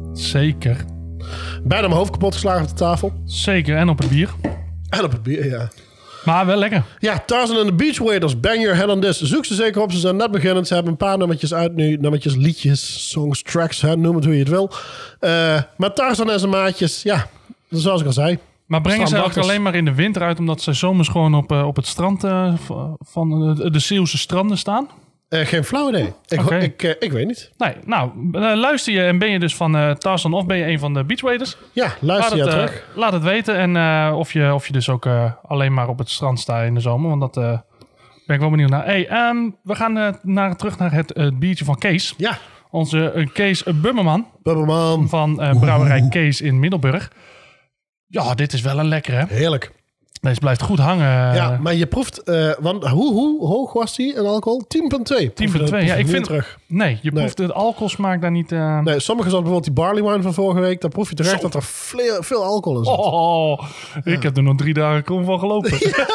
Zeker. Bijna mijn hoofd kapot geslagen op de tafel. Zeker, en op het bier. En op het bier, ja. Maar wel lekker. Ja, Tarzan and the Beach Waiters, Bang Your Head on This. Zoek ze zeker op, ze zijn net beginnend. Ze hebben een paar nummertjes uit nu. Nummertjes, liedjes, songs, tracks, hè, noem het hoe je het wil. Uh, maar Tarzan en zijn maatjes, ja, zoals ik al zei. Maar brengen ze ook Strandwachters. alleen maar in de winter uit... omdat ze zomers gewoon op, uh, op het strand uh, van uh, de Zeeuwse stranden staan? Uh, geen flauw idee. Ik, Oké. ik, uh, ik weet niet. Nee, nou, uh, luister je en ben je dus van uh, Tarzan of ben je een van de Beach Waiters? Ja, Laat luister je het, uh, terug. laat het weten en uh, of, je, of je dus ook uh, alleen maar op het strand staat in de zomer. Want dat uh, ben ik wel benieuwd naar. Hey, um, we gaan uh, naar, terug naar het uh, biertje van Kees. Ja, Onze uh, Kees Bummerman Bubberman. van uh, Brouwerij Kees in Middelburg. Ja, dit is wel een lekkere. Heerlijk. Deze blijft goed hangen. Ja, maar je proeft... Uh, want hoe, hoe hoog was die in alcohol? tien komma twee. tien komma twee. Ja, ik vind... terug. Nee, je Nee. proeft het alcoholsmaak daar niet... Uh... Nee, sommige zoals bijvoorbeeld die barley wine van vorige week. Daar proef je terecht Zo. dat er veel, veel alcohol in zit. Oh, ik heb er nog drie dagen krom van gelopen.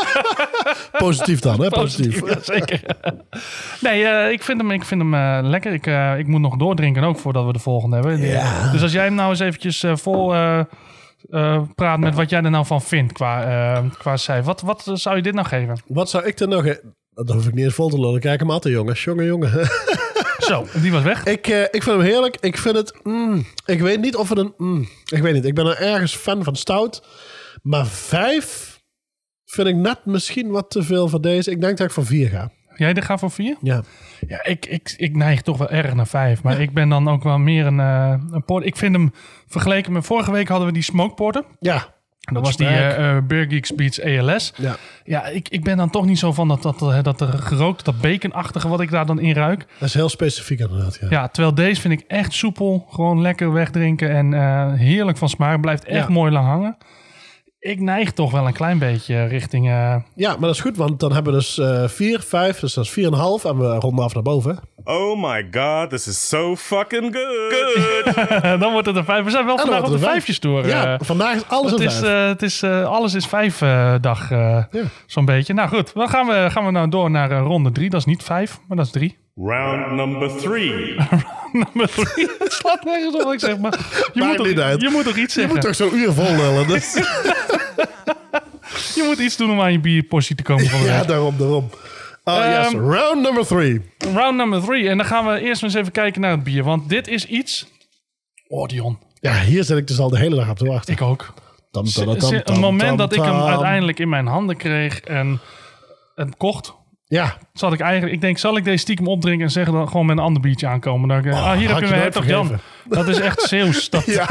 Positief dan, hè? Positief. Ja, zeker. Nee, uh, ik vind hem, ik vind hem uh, lekker. Ik, uh, ik moet nog doordrinken ook voordat we de volgende hebben. Ja. Dus als jij hem nou eens eventjes uh, vol uh, uh, praat met wat jij er nou van vindt qua, uh, qua cijfer. Wat, wat zou je dit nou geven? Wat zou ik er nog... Dat hoef ik niet eens vol te lullen. Kijk hem altijd, jongens. Jongen, jongen. Zo, die was weg. ik, uh, ik vind hem heerlijk. Ik vind het... Mm, ik weet niet of het een... Mm, ik weet niet. Ik ben er ergens fan van stout. Maar vijf vind ik net misschien wat te veel voor deze. Ik denk dat ik voor vier ga. Jij er gaat voor vier? Ja. Ja, ik, ik, ik neig toch wel erg naar vijf. Maar ja. Ik ben dan ook wel meer een, uh, een porter. Ik vind hem vergeleken met vorige week hadden we die smoke porter. Ja. Dat was die uh, uh, Beer Geeks Beats A L S. Ja. Ja, ik, ik ben dan toch niet zo van dat, dat, dat, dat er gerookt, dat baconachtige wat ik daar dan in ruik. Dat is heel specifiek inderdaad. Ja. Ja, terwijl deze vind ik echt soepel. Gewoon lekker wegdrinken en uh, heerlijk van smaak. Blijft echt ja. mooi lang hangen. Ik neig toch wel een klein beetje richting... Uh... Ja, maar dat is goed, want dan hebben we dus uh, vier, vijf, dus dat is vier en een half. En we ronden af naar boven. Oh my god, this is so fucking good. Dan wordt het een vijf. We zijn wel en vandaag op de vijf. vijfjes door. Ja, uh, vandaag is alles het een is, vijf. uh, het is, uh, alles is vijf uh, dag, uh, ja. Zo'n beetje. Nou goed, dan gaan we, gaan we nou door naar uh, ronde drie. Dat is niet vijf, maar dat is drie. Round number three. nummer drie. Het slaat nergens op wat ik zeg, maar je, moet toch, je moet toch iets je zeggen. Je moet toch zo'n uur vol lullen. Dus. Je moet iets doen om aan je bierportie te komen. Van de ja, daarom, daarom. Oh um, yes, round number three. Round number three. En dan gaan we eerst eens even kijken naar het bier. Want dit is iets... Oh, Dion. Ja, hier zit ik dus al de hele dag op te wachten. Ik ook. Tam, tam, tam, tam, een moment tam, dat ik hem tam. uiteindelijk in mijn handen kreeg en, en kocht... Ja. Zat ik eigenlijk, ik denk, zal ik deze stiekem opdrinken en zeggen dan gewoon met een ander biertje aankomen? Dan, oh, ah, hier heb je een Hertog Jan. Dat is echt Zeeuws. Dat... Ja.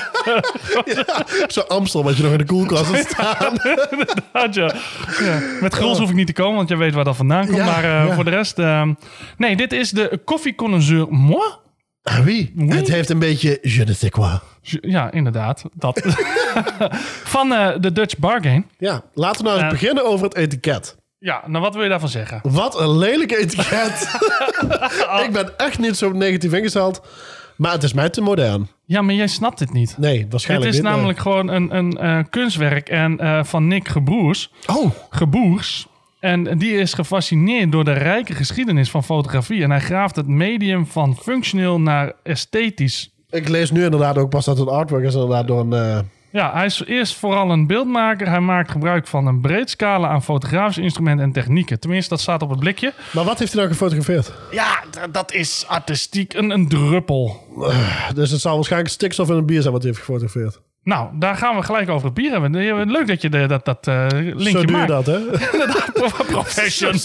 ja. Zo Amstel, wat je nog in de koelkast hebt staan. Inderdaad, ja. ja. Met Gruls oh. hoef ik niet te komen, want jij weet waar dat vandaan komt. Ja, maar uh, ja. voor de rest... Uh, nee, dit is de koffieconnoisseur moi. Ah, wie? Oui. Het heeft een beetje je ne sais quoi. Ja, inderdaad. Dat. Van uh, de Dutch Bargain. Ja, laten we nou eens uh, beginnen over het etiket. Ja, nou wat wil je daarvan zeggen? Wat een lelijk etiket. oh. Ik ben echt niet zo negatief ingesteld. Maar het is mij te modern. Ja, maar jij snapt dit niet. Nee, waarschijnlijk niet. Het is niet, namelijk nee. gewoon een, een uh, kunstwerk en, uh, van Nick Geboers. Oh. Geboers. En die is gefascineerd door de rijke geschiedenis van fotografie. En hij graaft het medium van functioneel naar esthetisch. Ik lees nu inderdaad ook pas dat het artwork is inderdaad door een... Uh... Ja, hij is eerst vooral een beeldmaker. Hij maakt gebruik van een breed scala aan fotografische instrumenten en technieken. Tenminste, dat staat op het blikje. Maar wat heeft hij nou gefotografeerd? Ja, d- dat is artistiek een, een druppel. Uh, dus het zal waarschijnlijk stikstof in een bier zijn wat hij heeft gefotografeerd. Nou, daar gaan we gelijk over het bier hebben. Leuk dat je de, dat, dat uh, linkje Zo doe maakt. je dat, hè? Inderdaad, professioneel.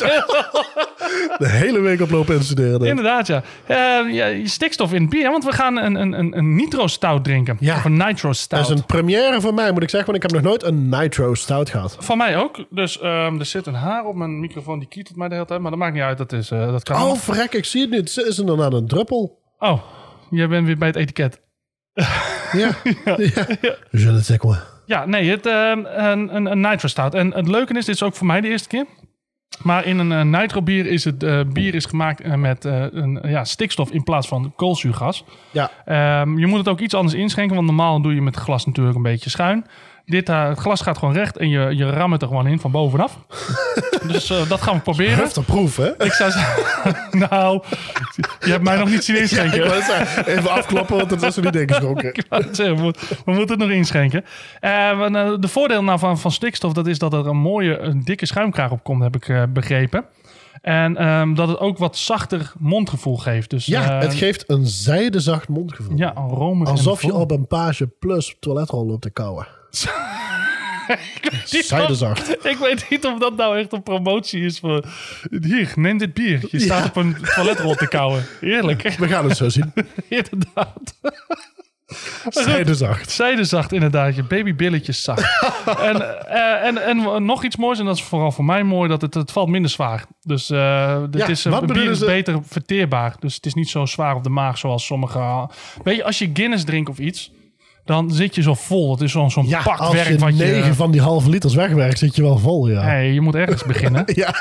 De hele week oplopen instuderen. Denk. Inderdaad, ja. Uh, ja. Stikstof in het bier, want we gaan een, een, een nitro stout drinken. Ja. Of een nitro stout. Dat is een première voor mij, moet ik zeggen. Want ik heb nog nooit een nitro stout gehad. Van mij ook. Dus um, er zit een haar op mijn microfoon, die kietelt mij de hele tijd. Maar dat maakt niet uit, dat, is, uh, dat kan Oh, allemaal. verrek, ik zie het nu. Het is inderdaad een druppel. Oh, jij bent weer bij het etiket. Ja. ja. ja. Je ne sais quoi. Ja, nee, het, uh, een, een, een nitro stout. En het leuke is, dit is ook voor mij de eerste keer. Maar in een uh, nitro bier is het uh, bier is gemaakt uh, met uh, een, ja, stikstof in plaats van koolzuurgas. Ja. Um, je moet het ook iets anders inschenken, want normaal doe je met glas natuurlijk een beetje schuin. Dit, uh, het glas gaat gewoon recht en je, je ramt het er gewoon in van bovenaf. Dus uh, dat gaan we proberen. Heftig proef, hè? Ik zou zeggen, nou, je hebt mij nog niet zien inschenken. Ja, ik wou zeggen, even afkloppen, want het is er niet dik geschrokken. Ik wou het zeggen, we, moeten, we moeten het nog inschenken. Uh, de voordeel nou van, van stikstof, dat is dat er een mooie, een dikke schuimkraag op komt, heb ik uh, begrepen. En um, dat het ook wat zachter mondgevoel geeft. Dus, Ja, uh, het geeft een zijdezacht mondgevoel. Ja, romig. Alsof en je vol. op een Page Plus toiletrol loopt te kauwen. ik, weet niet Zijdezacht. of, ik weet niet of dat nou echt een promotie is voor... Hier, neem dit bier. Je staat Ja. op een toiletrol te kauwen. Heerlijk. We gaan het zo zien. Inderdaad. Zijdezacht. Zijdezacht, inderdaad. Je babybilletjes zacht. en, uh, en, en nog iets moois, en dat is vooral voor mij mooi, dat het, het valt minder zwaar. Dus uh, het Ja, is, uh, wat het bier bedoelen is ze- beter verteerbaar. Dus het is niet zo zwaar op de maag zoals sommige... Weet je, als je Guinness drinkt of iets, dan zit je zo vol. Het is zo'n zo'n Ja, pak als werk je wat negen je... van die halve liters wegwerkt, zit je wel vol, ja. Hey, je moet ergens beginnen. Ja.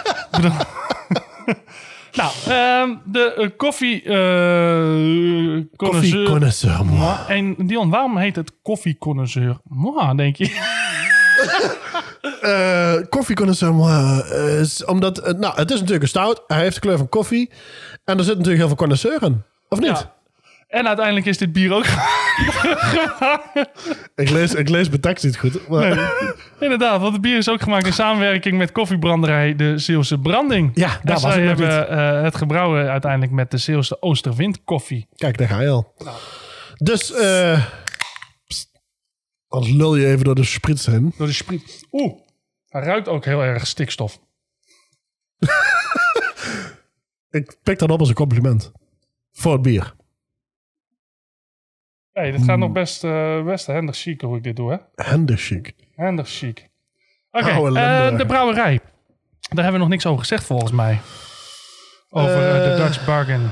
Nou, um, de uh, koffie... Uh, Koffie connoisseur. moi. En Dion, waarom heet het koffieconnoisseur? Moi, denk je? Uh, koffie connoisseur, moi, uh, is omdat, uh, nou, het is natuurlijk een stout. Hij heeft de kleur van koffie. En er zit natuurlijk heel veel connoisseur in. Of niet? Ja. En uiteindelijk is dit bier ook... Ik, lees, ik lees mijn tekst niet goed. Maar... Nee, inderdaad, want het bier is ook gemaakt in samenwerking met koffiebranderij De Zeeuwse Branding. Ja, daar en was zij ik nog hebben uh, het gebrouwen uiteindelijk met de Zeeuwse Oosterwindkoffie. Kijk, daar ga je al. Dus, eh pst, als lul je even door de sprits heen. Door de spriet. Oeh, hij ruikt ook heel erg stikstof. Ik pik dat op als een compliment. Voor het bier. Hey, dit gaat nog best, uh, best handig chic hoe ik dit doe, hè? Handig chic. Handig chic. Oké, Oude uh, Limburger. de brouwerij. Daar hebben we nog niks over gezegd volgens mij. Over uh, de Eh. Dutch Bargain.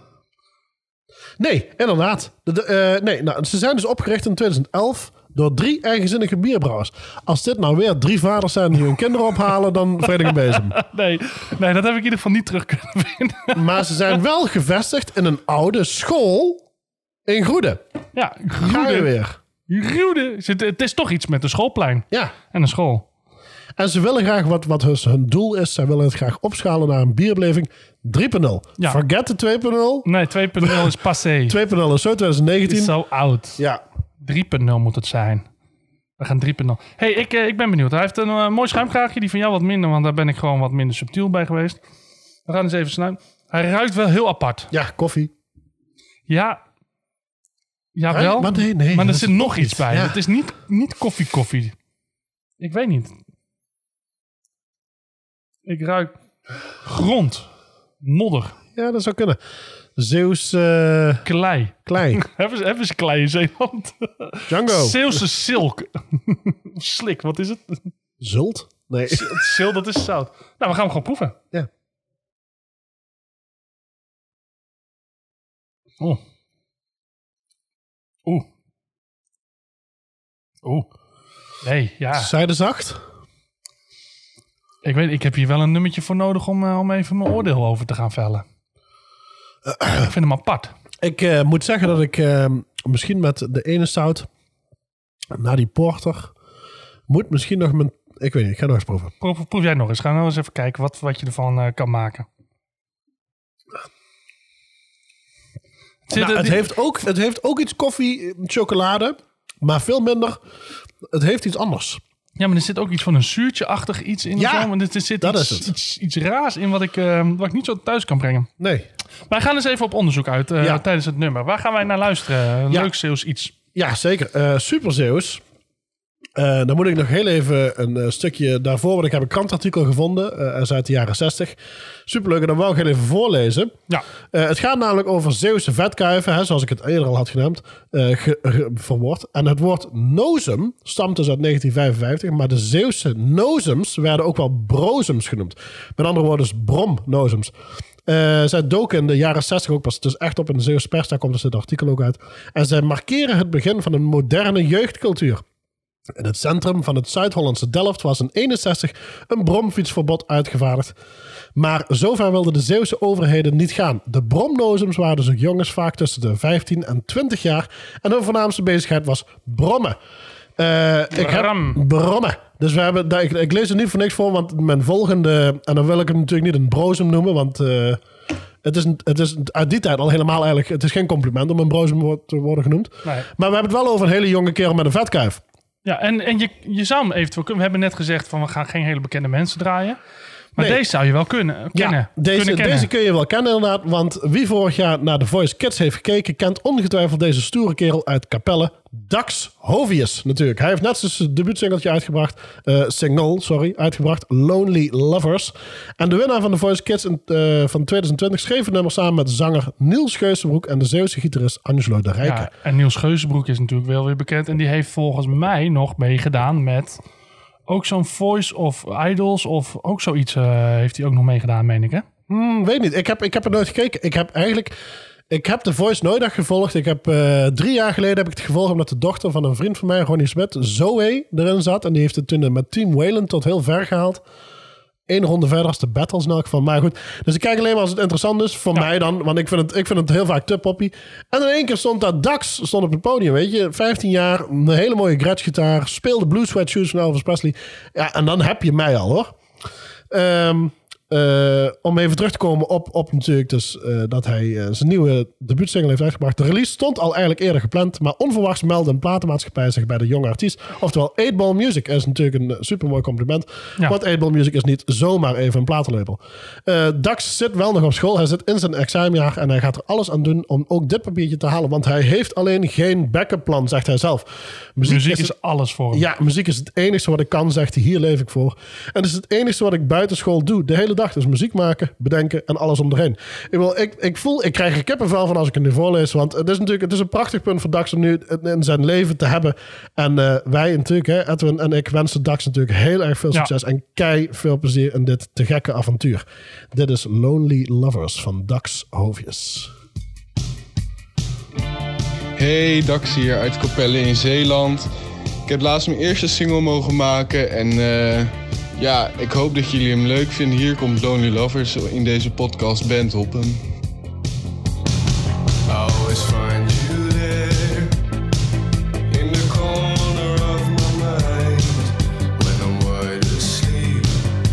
Nee, inderdaad. De, de, eh, nee, nou, ze zijn dus opgericht in twintig elf door drie eigenzinnige bierbrouwers. Als dit nou weer drie vaders zijn die hun kinderen ophalen, dan vreet ik een bezem. Nee, nee, dat heb ik in ieder geval niet terug kunnen vinden. Maar ze zijn wel gevestigd in een oude school in Groede. Ja, Ga je Groede. weer. Groede. Het, het is toch iets met een schoolplein Ja. en een school. En ze willen graag, wat, wat dus hun doel is, zij willen het graag opschalen naar een bierbeleving drie punt nul. Ja. Forget de twee punt nul. Nee, twee punt nul is passé. twee punt nul is zo twintig negentien. is zo oud. Ja. drie punt nul moet het zijn. We gaan drie punt nul. hey, ik, eh, ik ben benieuwd. Hij heeft een uh, mooi schuimkraagje. Die van jou wat minder, want daar ben ik gewoon wat minder subtiel bij geweest. We gaan eens even snuiten. Hij ruikt wel heel apart. Ja, koffie. Ja. Jawel. Hè? Maar nee, nee, maar er dat zit is nog nog iets iets, bij. ja. Het is niet, niet koffie koffie. Ik weet niet. Ik ruik grond. Modder. Ja, dat zou kunnen. Zeeuws uh, Klei. klei. hebben, ze, hebben ze klei in Zeeland? Django. Zeeuwse silk. Slik, wat is het? Zult? Nee. Het zil, dat is zout. Nou, we gaan hem gewoon proeven. Ja. Oeh. Oeh. Oeh. Nee, ja. Zijdezacht? Ik weet, ik heb hier wel een nummertje voor nodig om, uh, om even mijn oordeel over te gaan vellen. Ik vind hem apart. Ik uh, moet zeggen dat ik uh, misschien met de ene stout na die porter moet misschien nog mijn... Ik weet niet, ik ga nog eens proeven. Proef, proef jij nog eens. Ga nou eens even kijken wat, wat je ervan uh, kan maken. Zit Nou, er- het, heeft ook, het heeft ook iets koffie, chocolade, maar veel minder. Het heeft iets anders. Ja, maar er zit ook iets van een zuurtje-achtig iets in. Ja, of zo. Maar er, er zit dat iets, is het. Iets, iets raars in wat ik, uh, wat ik niet zo thuis kan brengen. Nee. Wij gaan eens even op onderzoek uit uh, Ja. tijdens het nummer. Waar gaan wij naar luisteren? Ja. Leuk Zeeuws iets. Ja, zeker. Uh, Super Zeeuws. Uh, dan moet ik nog heel even een uh, stukje daarvoor, want ik heb een krantartikel gevonden. Uh, dat is uit de jaren zestig. Superleuk, en dan wou ik heel even voorlezen. Ja. Uh, het gaat namelijk over Zeeuwse vetkuiven, hè, zoals ik het eerder al had genoemd, uh, ge, ge, verwoord. En het woord nozem stamt dus uit negentien vijfenvijftig, maar de Zeeuwse nozems werden ook wel brozems genoemd. Met andere woorden, dus bromnozems. Uh, zij doken in de jaren zestig ook pas dus echt op in de Zeeuwse pers, daar komt dus dit artikel ook uit. En zij markeren het begin van een moderne jeugdcultuur. In het centrum van het Zuid-Hollandse Delft was in eenenzestig een bromfietsverbod uitgevaardigd. Maar zover wilden de Zeeuwse overheden niet gaan. De bromnozems waren dus ook jongens vaak tussen de vijftien en twintig jaar. En hun voornaamste bezigheid was brommen. Uh, ik heb Bram. Dus we hebben, ik, ik lees er niet voor niks voor, want mijn volgende... En dan wil ik hem natuurlijk niet een brozem noemen, want... Uh, Het is, een, het is uit die tijd al helemaal eigenlijk... Het is geen compliment om een brozem te worden genoemd. Nee. Maar we hebben het wel over een hele jonge kerel met een vetkuif. Ja, en, en je, je zou hem eventueel kunnen... We hebben net gezegd van we gaan geen hele bekende mensen draaien. Maar nee. Deze zou je wel kunnen kennen. Ja, deze, kunnen kennen. deze kun je wel kennen inderdaad. Want wie vorig jaar naar The Voice Kids heeft gekeken... kent ongetwijfeld deze stoere kerel uit Capelle. Dax Hovius natuurlijk. Hij heeft net zijn debuutsingeltje uitgebracht. Uh, single, sorry, uitgebracht. Lonely Lovers. En de winnaar van The Voice Kids in, uh, van twintig twintig... schreef het nummer samen met zanger Niels Geuzenbroek... en de Zeeuwse gitarist Angelo de Rijke. Ja, en Niels Geuzenbroek is natuurlijk wel weer bekend. En die heeft volgens mij nog meegedaan met... Ook zo'n Voice of Idols of ook zoiets uh, heeft hij ook nog meegedaan, meen ik, hè? Hmm, weet niet. Ik heb, ik heb er nooit gekeken. Ik heb eigenlijk... Ik heb The Voice nooit echt gevolgd. Ik heb uh, drie jaar geleden heb ik het gevolgd... omdat de dochter van een vriend van mij, Ronnie Smit, Zoe, erin zat. En die heeft het toen met Team Wayland tot heel ver gehaald. Eén ronde verder als de battles in elk geval. Maar goed, dus ik kijk alleen maar als het interessant is. Voor ja. mij dan, want ik vind, het, ik vind het heel vaak te poppy. En in één keer stond daar Dax stond op het podium, weet je. vijftien jaar, een hele mooie Gretsch-gitaar. Speelde Blue Sweat Shoes van Elvis Presley. Ja, en dan heb je mij al, hoor. Um, Uh, om even terug te komen op, op natuurlijk dus, uh, dat hij uh, zijn nieuwe debuutsingle heeft uitgebracht. De release stond al eigenlijk eerder gepland, maar onverwachts meldde een platenmaatschappij zich bij de jonge artiest. Oftewel, eight ball Music is natuurlijk een supermooi compliment. Ja. Want eight ball Music is niet zomaar even een platenlabel. Uh, Dax zit wel nog op school. Hij zit in zijn examenjaar en hij gaat er alles aan doen om ook dit papiertje te halen. Want hij heeft alleen geen backup plan, zegt hij zelf. Muziek, muziek is, is het, alles voor hem. Ja, muziek is het enige wat ik kan, zegt hij. Hier leef ik voor. En het is het enige wat ik buiten school doe. De hele dag dus muziek maken, bedenken en alles om erheen. Ik, wil, ik, ik voel, ik krijg er kippenvel van als ik het nu voorlees, want het is natuurlijk het is een prachtig punt voor Dax om nu in zijn leven te hebben. En uh, wij natuurlijk, hè, Edwin en ik wensen Dax natuurlijk heel erg veel succes ja. en kei veel plezier in dit te gekke avontuur. Dit is Lonely Lovers van Dax Hovius. Hey, Dax hier uit Capelle in Zeeland. Ik heb laatst mijn eerste single mogen maken en uh, ja, ik hoop dat jullie hem leuk vinden. Hier komt Lonely Lovers in deze podcast Band Hoppen. I always find you there in the corner of my mind when I'm wide asleep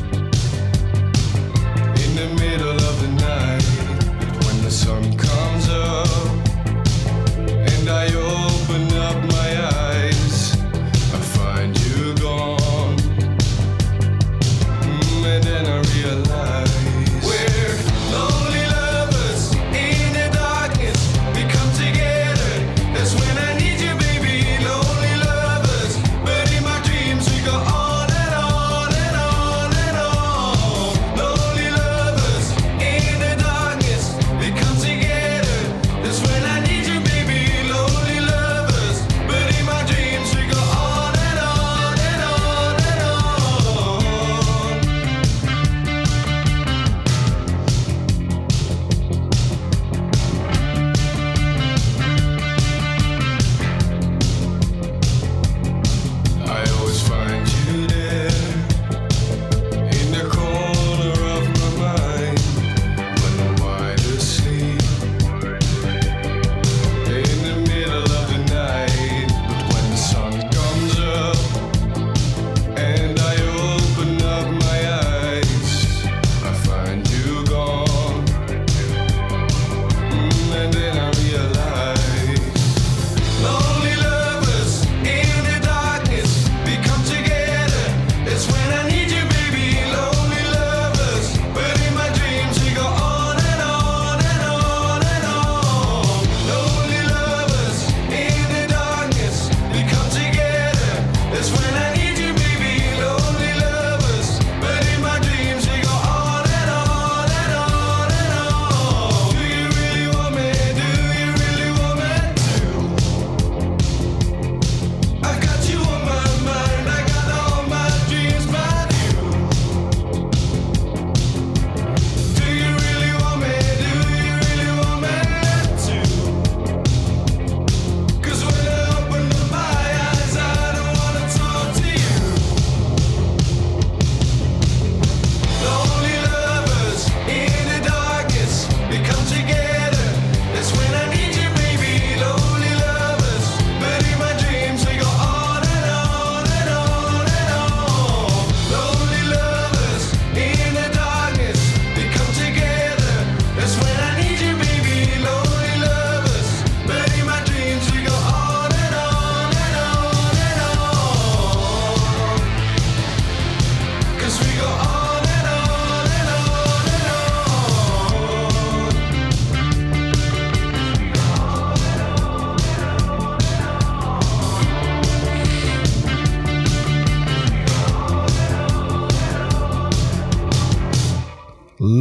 in the middle of the night when the sun comes up and I open up my eyes I find you gone. And then I realize we're lonely lovers.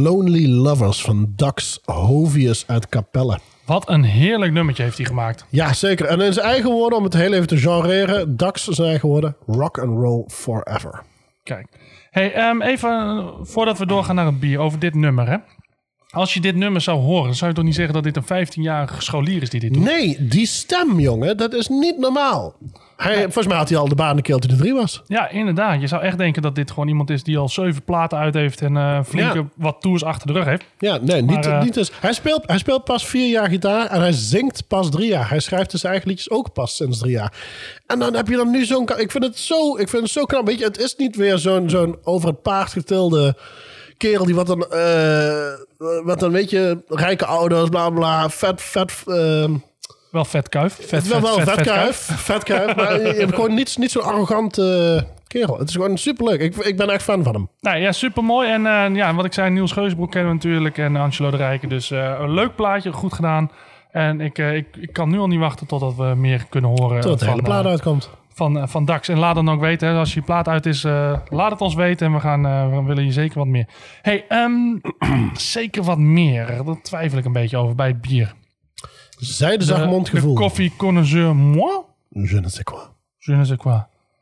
Lonely Lovers van Dax Hovius uit Capelle. Wat een heerlijk nummertje heeft hij gemaakt. Ja, zeker. En in zijn eigen woorden, om het heel even te genreren. Dax zijn eigen woorden. Rock and roll forever. Kijk. Hey, um, even voordat we doorgaan naar het bier, over dit nummer, hè. Als je dit nummer zou horen, zou je toch niet zeggen dat dit een vijftienjarige scholier is die dit doet? Nee, die stem, jongen, dat is niet normaal. Hij, volgens mij had hij al de banenkeel toen hij drie was. Ja, inderdaad. Je zou echt denken dat dit gewoon iemand is die al zeven platen uit heeft en uh, flinke Ja. wat tours achter de rug heeft. Ja, nee, niet, Maar, uh, niet dus. Hij speelt, hij speelt pas vier jaar gitaar en hij zingt pas drie jaar. Hij schrijft dus zijn eigen liedjes ook pas sinds drie jaar. En dan heb je dan nu zo'n... Ik vind het zo, ik vind het zo knap. Weet je, het is niet weer zo'n, zo'n over het paard getilde kerel die wat dan... Uh, wat dan, weet je, rijke ouders, bla bla, vet, vet... Uh, Wel vet kuif. Vet, het is wel vet, wel vet, vet, vet kuif. Vet kuif. Maar je hebt gewoon niet, niet zo'n arrogant uh, kerel. Het is gewoon superleuk. Ik, ik ben echt fan van hem. Nou ja, supermooi. En uh, ja, wat ik zei, Niels Geusbroek kennen we natuurlijk. En Angelo de Rijken. Dus uh, een leuk plaatje, goed gedaan. En ik, uh, ik, ik kan nu al niet wachten totdat we meer kunnen horen. Totdat de van, hele plaat uh, uitkomt. Van, uh, van Dax. En laat dan ook weten, hè, als je plaat uit is, uh, laat het ons weten. En we, gaan, uh, we willen je zeker wat meer. Hey, um, zeker wat meer. Daar twijfel ik een beetje over bij het bier. Zijdezacht mondgevoel. De koffie connoisseur moi? Je ne sais quoi. Je ne sais quoi.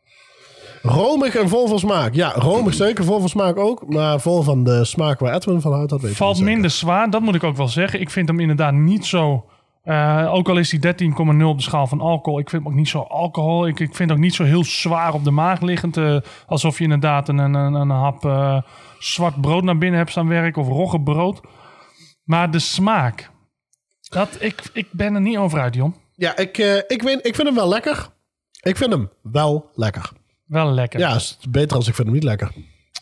Romig en vol van smaak. Ja, romig zeker, vol van smaak ook. Maar vol van de smaak waar Edwin van houdt, dat weet ik Valt wel minder zwaar, dat moet ik ook wel zeggen. Ik vind hem inderdaad niet zo... Uh, ook al is hij dertien komma nul op de schaal van alcohol. Ik vind hem ook niet zo alcohol. Ik, ik vind het ook niet zo heel zwaar op de maag liggend. Uh, alsof je inderdaad een, een, een hap uh, zwart brood naar binnen hebt staan werken. Of roggebrood. Maar de smaak... Dat, ik, ik ben er niet over uit, Jon. Ja, ik, uh, ik, weet, ik vind hem wel lekker. Ik vind hem wel lekker. Wel lekker. Ja, is beter als ik vind hem niet lekker.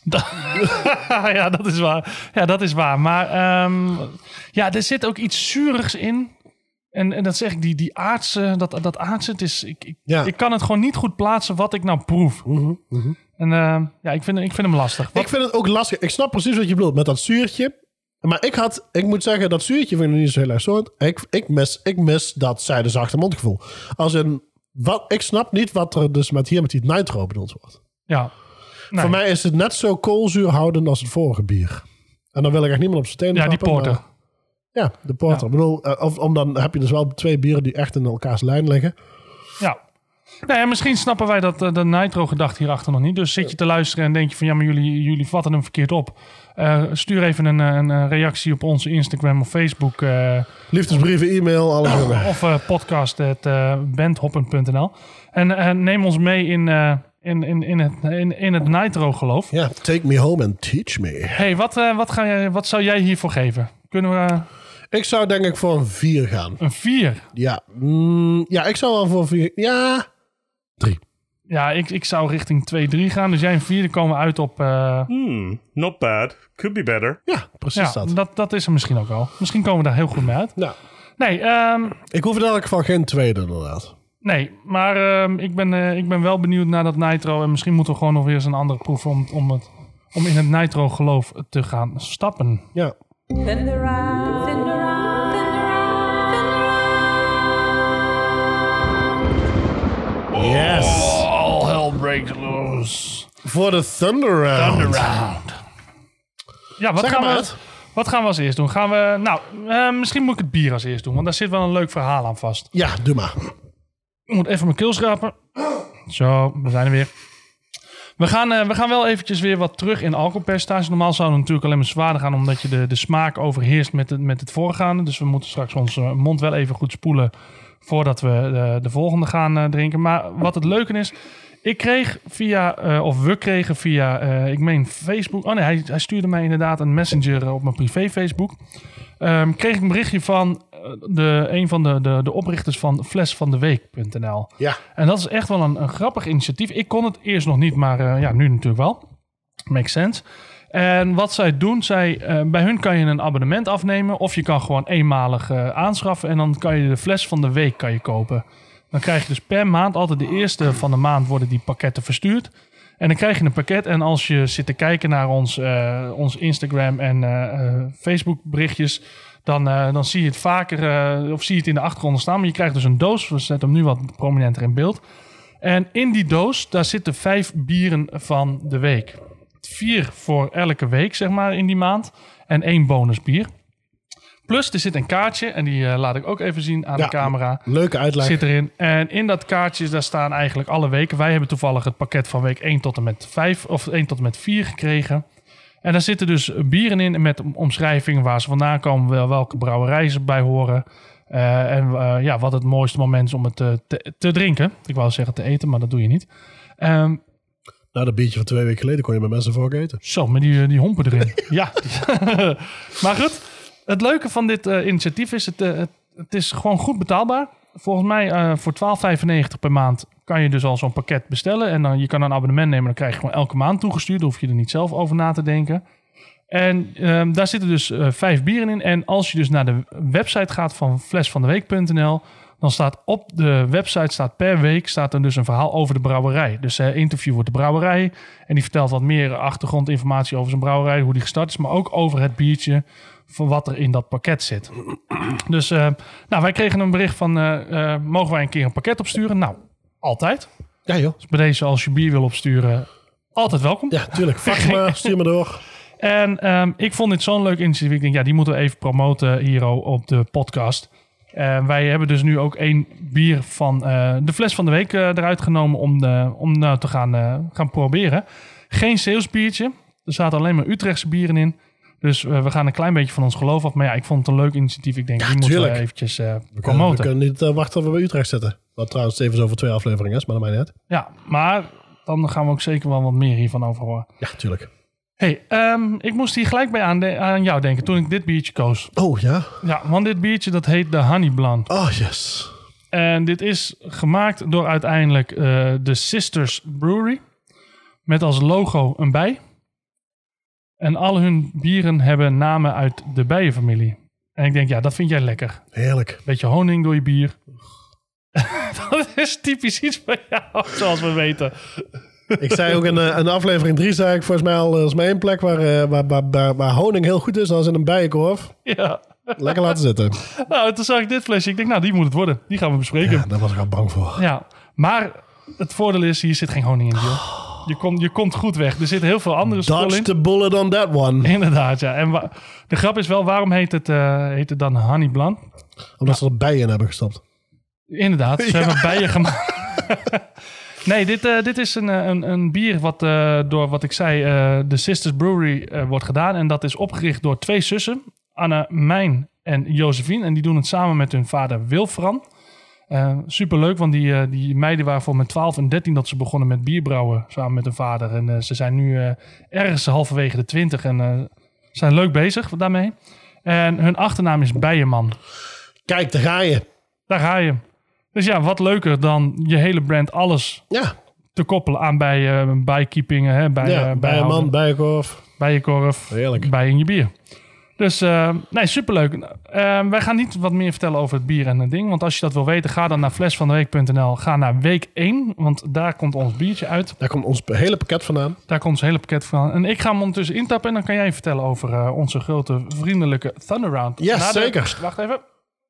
Ja, dat is waar. Ja, dat is waar. Maar um, ja, er zit ook iets zuurigs in. En, en dat zeg ik, die, die aardse, dat, dat aardse, het is, ik, ik, Ja. ik kan het gewoon niet goed plaatsen wat ik nou proef. Mm-hmm, mm-hmm. En uh, ja, ik vind, ik vind hem lastig. Wat, Ik vind het ook lastig. Ik snap precies wat je bedoelt met dat zuurtje. Maar ik had, ik moet zeggen, dat zuurtje vind ik niet zo heel erg zo. Ik, ik, mis, ik mis dat zijdezachte mondgevoel. Als een, wat, ik snap niet wat er dus met hier met die nitro bedoeld wordt. ja. Nee. Voor mij is het net zo koolzuur houdend als het vorige bier. En dan wil ik echt niemand op zijn tenen Ja, die trappen, porter. maar- Ja, de porter. Ja. Ik bedoel, uh, of, om dan heb je dus wel twee bieren die echt in elkaars lijn liggen. Ja. Nou ja, misschien snappen wij dat uh, de nitro-gedachte hierachter nog niet. Dus zit je te luisteren en denk je van... ja, maar jullie, jullie vatten hem verkeerd op. Uh, stuur even een, een, een reactie op onze Instagram of Facebook. Uh, Liefdesbrieven, e-mail, alles erbij. of uh, podcast at uh, bandhoppen punt n l. En uh, neem ons mee in, uh, in, in, in het, in, in het nitro-geloof. Ja, take me home and teach me. Hey, wat, uh, wat, ga jij, wat zou jij hiervoor geven? Kunnen we uh, Ik zou denk ik voor een vier gaan. een vier? Ja, mm, ja ik zou wel voor een vier... Ja, drie. Ja, ik, ik zou richting twee drie gaan. Dus jij een vier, dan komen we uit op... Uh, Hmm, not bad. Could be better. Ja, precies ja, dat. dat, dat is er misschien ook wel. Misschien komen we daar heel goed mee uit. Ja. Nee, um, Ik hoef in elk geval geen tweede inderdaad. nee maar um, ik, ben, uh, ik ben wel benieuwd naar dat nitro. En misschien moeten we gewoon nog weer eens een andere proef om, om, het, om in het nitro geloof te gaan stappen. Ja. Spin around, spin around, spin around, spin around. Yes. All hell breaks loose. Voor de Thunder Round. Thunder round. Ja, wat Zeg gaan, maar we, uit. wat gaan we als eerst doen? Gaan we, nou, uh, misschien moet ik het bier als eerst doen. Want daar zit wel een leuk verhaal aan vast. Ja, doe maar. Ik moet even mijn keel schrapen. Zo, we zijn er weer. We gaan, uh, we gaan wel eventjes weer wat terug in alcoholpercentage. Normaal zou het natuurlijk alleen maar zwaarder gaan... omdat je de, de smaak overheerst met het, met het voorgaande. Dus we moeten straks onze mond wel even goed spoelen... voordat we de, de volgende gaan uh, drinken. Maar wat het leuke is... Ik kreeg via, uh, of we kregen via, uh, ik meen Facebook... Oh nee, hij, hij stuurde mij inderdaad een messenger op mijn privé Facebook. Um, kreeg ik een berichtje van de, een van de, de, de oprichters van fles van de week punt n l. Ja. En dat is echt wel een, een grappig initiatief. Ik kon het eerst nog niet, maar uh, ja, nu natuurlijk wel. Makes sense. En wat zij doen, zij, uh, bij hun kan je een abonnement afnemen... of je kan gewoon eenmalig uh, aanschaffen... en dan kan je de fles van de week kan je kopen. Dan krijg je dus per maand, altijd de eerste van de maand... worden die pakketten verstuurd. En dan krijg je een pakket. En als je zit te kijken naar ons, uh, ons Instagram en uh, uh, Facebook berichtjes... Dan, uh, dan zie je het vaker, uh, of zie je het in de achtergrond staan. Maar je krijgt dus een doos. We zetten hem nu wat prominenter in beeld. En in die doos, daar zitten vijf bieren van de week. Vier voor elke week, zeg maar, in die maand. en één bonusbier. Plus, er zit een kaartje en die uh, laat ik ook even zien aan Ja, de camera. Leuke uitleg. Zit erin. En in dat kaartje, daar staan eigenlijk alle weken. Wij hebben toevallig het pakket van week één tot en met vijf of één tot en met vier gekregen. En daar zitten dus bieren in met omschrijvingen waar ze vandaan komen, wel welke brouwerijen ze bij horen. Uh, en uh, ja, wat het mooiste moment is om het te, te, te drinken. Ik wou zeggen te eten, maar dat doe je niet. Um, Nou, dat biertje van twee weken geleden kon je met mensen voor eten. Zo, met die, die hompen erin. Ja. Maar goed, het leuke van dit uh, initiatief is, het, uh, het, het is gewoon goed betaalbaar. Volgens mij uh, voor twaalf vijfennegentig per maand kan je dus al zo'n pakket bestellen. En dan je kan een abonnement nemen, dan krijg je gewoon elke maand toegestuurd. Dan hoef je er niet zelf over na te denken. En um, daar zitten dus uh, vijf bieren in. En als je dus naar de website gaat van fles van de week punt n l... dan staat op de website staat per week staat er dus een verhaal over de brouwerij. Dus hij uh, interviewt de brouwerij. En die vertelt wat meer achtergrondinformatie over zijn brouwerij. Hoe die gestart is. Maar ook over het biertje. Van wat er in dat pakket zit. Dus uh, nou, wij kregen een bericht van... Uh, uh, mogen wij een keer een pakket opsturen? Nou, altijd. Ja joh. Dus bij deze, als je bier wil opsturen... altijd welkom. Ja, tuurlijk. Vak maar, stuur me door. En um, ik vond dit zo'n leuk initiatief. Ik denk, ja, die moeten we even promoten hier op de podcast. Uh, wij hebben dus nu ook één bier van uh, de fles van de week uh, eruit genomen om, de, om nou te gaan, uh, gaan proberen. Geen Zeeuws biertje. Er zaten alleen maar Utrechtse bieren in. Dus uh, we gaan een klein beetje van ons geloof af. Maar ja, ik vond het een leuk initiatief. Ik denk, Ja, die moeten tuurlijk. we eventjes uh, We kunnen, promoten. we kunnen niet uh, wachten tot we bij Utrecht zitten. Wat trouwens even over twee afleveringen is, maar dat maakt niet uit. Ja, maar dan gaan we ook zeker wel wat meer hiervan over horen. Ja, tuurlijk. Hey, um, ik moest hier gelijk bij aan, de, aan jou denken toen ik dit biertje koos. Oh ja? Ja, want dit biertje dat heet de Honey Blonde. Oh yes. En dit is gemaakt door uiteindelijk uh, de Sisters Brewery. Met als logo een bij. En al hun bieren hebben namen uit de bijenfamilie. En ik denk, ja, dat vind jij lekker. Heerlijk. Beetje honing door je bier. Dat is typisch iets van jou, zoals we weten. Ik zei ook in, uh, in aflevering drie, zei ik volgens mij al, er is maar één plek waar, uh, waar, waar, waar, waar honing heel goed is. Dat is in een bijenkorf. Ja. Lekker laten zitten. Nou, toen zag ik dit flesje. Ik denk, nou, die moet het worden. Die gaan we bespreken. Ja, daar was ik al bang voor. Ja, maar het voordeel is, hier zit geen honing in. Joh. Je, komt, je komt goed weg. Er zitten heel veel andere spullen Dodge in. the bullet on that one. Inderdaad, ja. En wa- de grap is wel, waarom heet het, uh, heet het dan Honey Blonde? Omdat ze er bijen in hebben gestopt. Inderdaad, ze Ja. hebben bijen gemaakt. Nee, dit, uh, dit is een, een, een bier wat uh, door, wat ik zei, uh, de Sisters Brewery uh, wordt gedaan. En dat is opgericht door twee zussen, Anne Mijn en Josephine. En die doen het samen met hun vader Wilfran. Uh, superleuk, want die, uh, die meiden waren voor met twaalf en dertien dat ze begonnen met bierbrouwen samen met hun vader. En uh, ze zijn nu uh, ergens halverwege de twintig en uh, zijn leuk bezig daarmee. En hun achternaam is Bijenman. Kijk, daar ga je. Daar ga je. Dus ja, wat leuker dan je hele brand alles Ja, te koppelen aan bij uh, bijkeeping, hè, bij, ja uh, bijenman, bijenkorf. bijenkorf, Heerlijk. bij in je bier. Dus uh, nee, superleuk. Uh, wij gaan niet wat meer vertellen over het bier en het ding. Want als je dat wil weten, ga dan naar fles van de week punt n l. Ga naar week één, want daar komt ons biertje uit. Daar komt ons hele pakket vandaan. Daar komt ons hele pakket van. En ik ga hem ondertussen intappen en dan kan jij vertellen over uh, onze grote vriendelijke Thunder Round. Ja, Na de- zeker. Wacht even.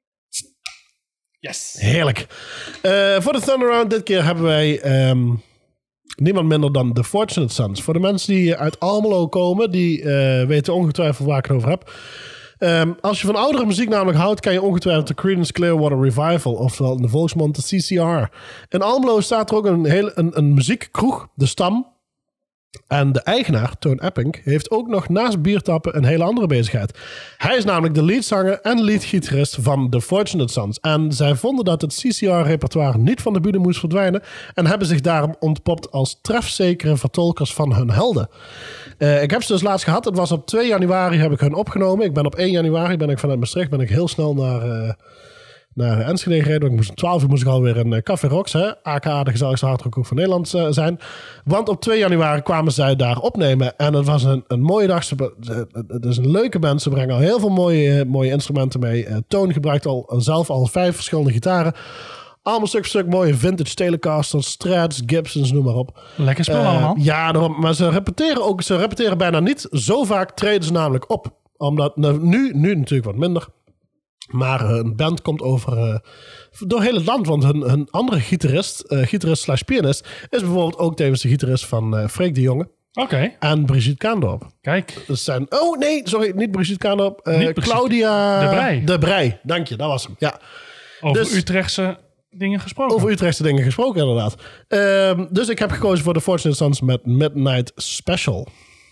Yes. Heerlijk. Uh, voor de Thunder Round dit keer hebben wij um, niemand minder dan The Fortunate Sons. Voor de mensen die uit Almelo komen, die uh, weten ongetwijfeld waar ik het over heb. Um, als je van oudere muziek namelijk houdt, kan je ongetwijfeld de Creedence Clearwater Revival, oftewel in de volksmond de C C R. In Almelo staat er ook een, hele, een, een muziekkroeg, De Stam. En de eigenaar, Toon Epping, heeft ook nog naast biertappen een hele andere bezigheid. Hij is namelijk de leadzanger en leadgitarist van The Fortunate Sons. En zij vonden dat het C C R-repertoire niet van de bühne moest verdwijnen en hebben zich daarom ontpopt als trefzekere vertolkers van hun helden. Uh, ik heb ze dus laatst gehad. Het was op twee januari heb ik hun opgenomen. Ik ben op één januari ben ik vanuit Maastricht ben ik heel snel naar... Uh, naar Enschede gereden. Ik moest om twaalf uur moest ik alweer in uh, Café Rox, hè, a k a de gezelligste hardrockhoek van Nederland uh, zijn. Want op twee januari kwamen zij daar opnemen. En het was een, een mooie dag. Ze, het is een leuke band. Ze brengen al heel veel mooie, mooie instrumenten mee. Uh, Toon gebruikt al, zelf al vijf verschillende gitaren. Allemaal stuk voor stuk mooie vintage Telecasters, Strats, Gibsons, noem maar op. Lekker spul Uh, allemaal. Ja, daarom, maar ze repeteren ook. Ze repeteren bijna niet. Zo vaak treden ze namelijk op. Omdat nou, nu, nu natuurlijk wat minder. Maar hun band komt over uh, door heel het land. Want hun, hun andere gitarist, uh, gitarist slash pianist, is bijvoorbeeld ook tevens de gitarist van uh, Freek de Jonge. Oké. En Brigitte Kaandorp. Kijk. Dat zijn, oh nee, sorry, niet Brigitte Kaandorp. Uh, Niet Brigitte. Claudia De Brij. De Brij, dank je, dat was hem. Ja. Over Dus- Utrechtse dingen gesproken. Over Utrechtse dingen gesproken, inderdaad. Um, dus ik heb gekozen voor The Fortunate Sons met Midnight Special.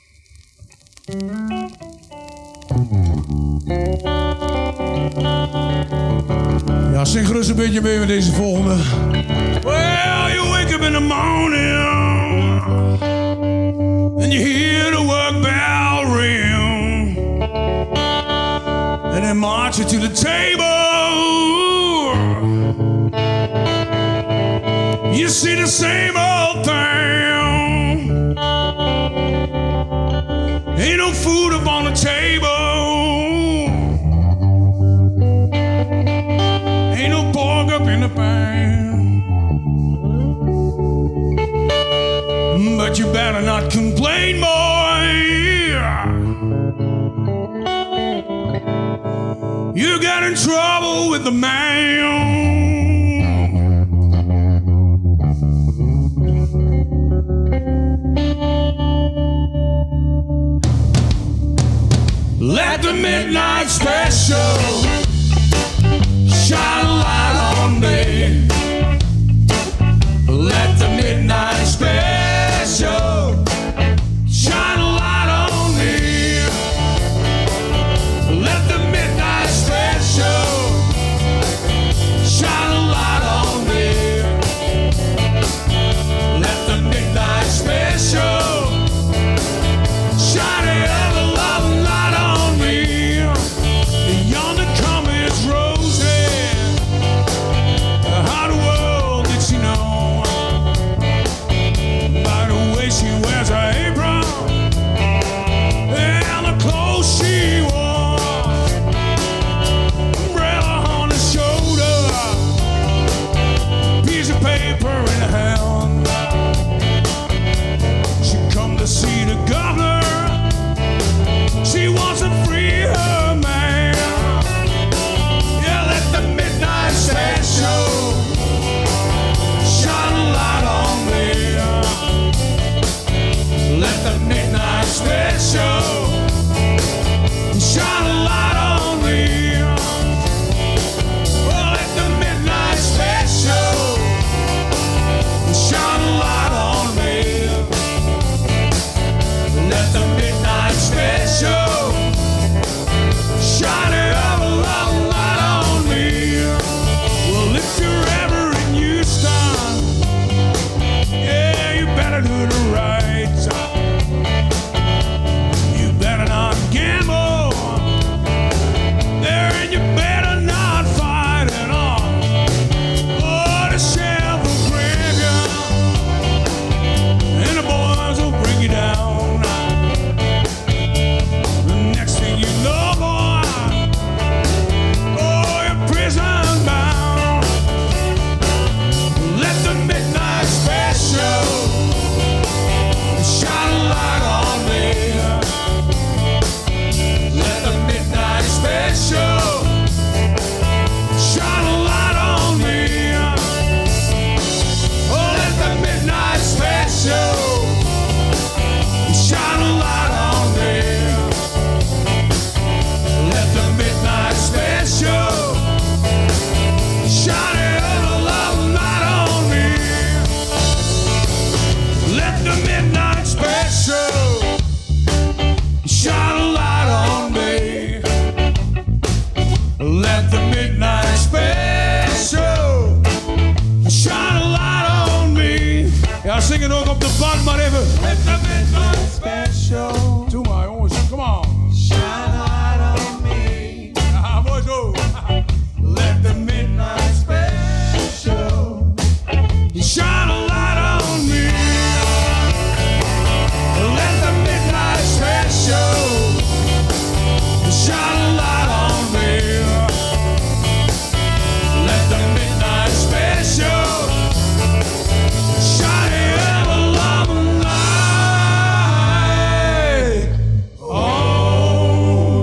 Ja, zing gerust een beetje mee met deze volgende. Well, you wake up in the morning and you hear the work bell ring and then march you to the table. You see the same old thing. Ain't no food up on the table. Ain't no pork up in the pan. But you better not complain, boy. You got in trouble with the man. Let the midnight special shine a light on me. Let the midnight special shine a light on me. Let the midnight special shine a light on me. Let the midnight special shine a love light on me. Yonder come is Rosie. How the world did she know? By the way she wears her apron and the clothes she wore. Umbrella on the shoulder, piece of paper in her hand. She come to see the governor. She wants to free her man. Yeah, let the midnight special shine a light on me. Let the midnight special shine a light on me. Oh, let the midnight special shine a light on me. Let the midnight special shine a love light on me. Well, if you're ever in Houston, yeah, you better do the right time. You better not gamble there, and you better not fight at all. Oh, the sheriff will grab you, and the boys will bring you down. The next thing you know, boy, oh, you're prison bound. Let the midnight special shine a light on me. Let the midnight special shine a light on me. Oh, let the midnight special shine a light on me. Let the midnight special shine a love light on me. Let the midnight special shine a light on me. Let the midnight special shine a light on me. Ja, zing het ook op de band maar even. Let the midnight special. Doe maar jongens, come on. Shine a light on me. Ja, mooi zo. Let the midnight special shine a light on me. Let the midnight special shine a light on me. Let the midnight special shine a love light on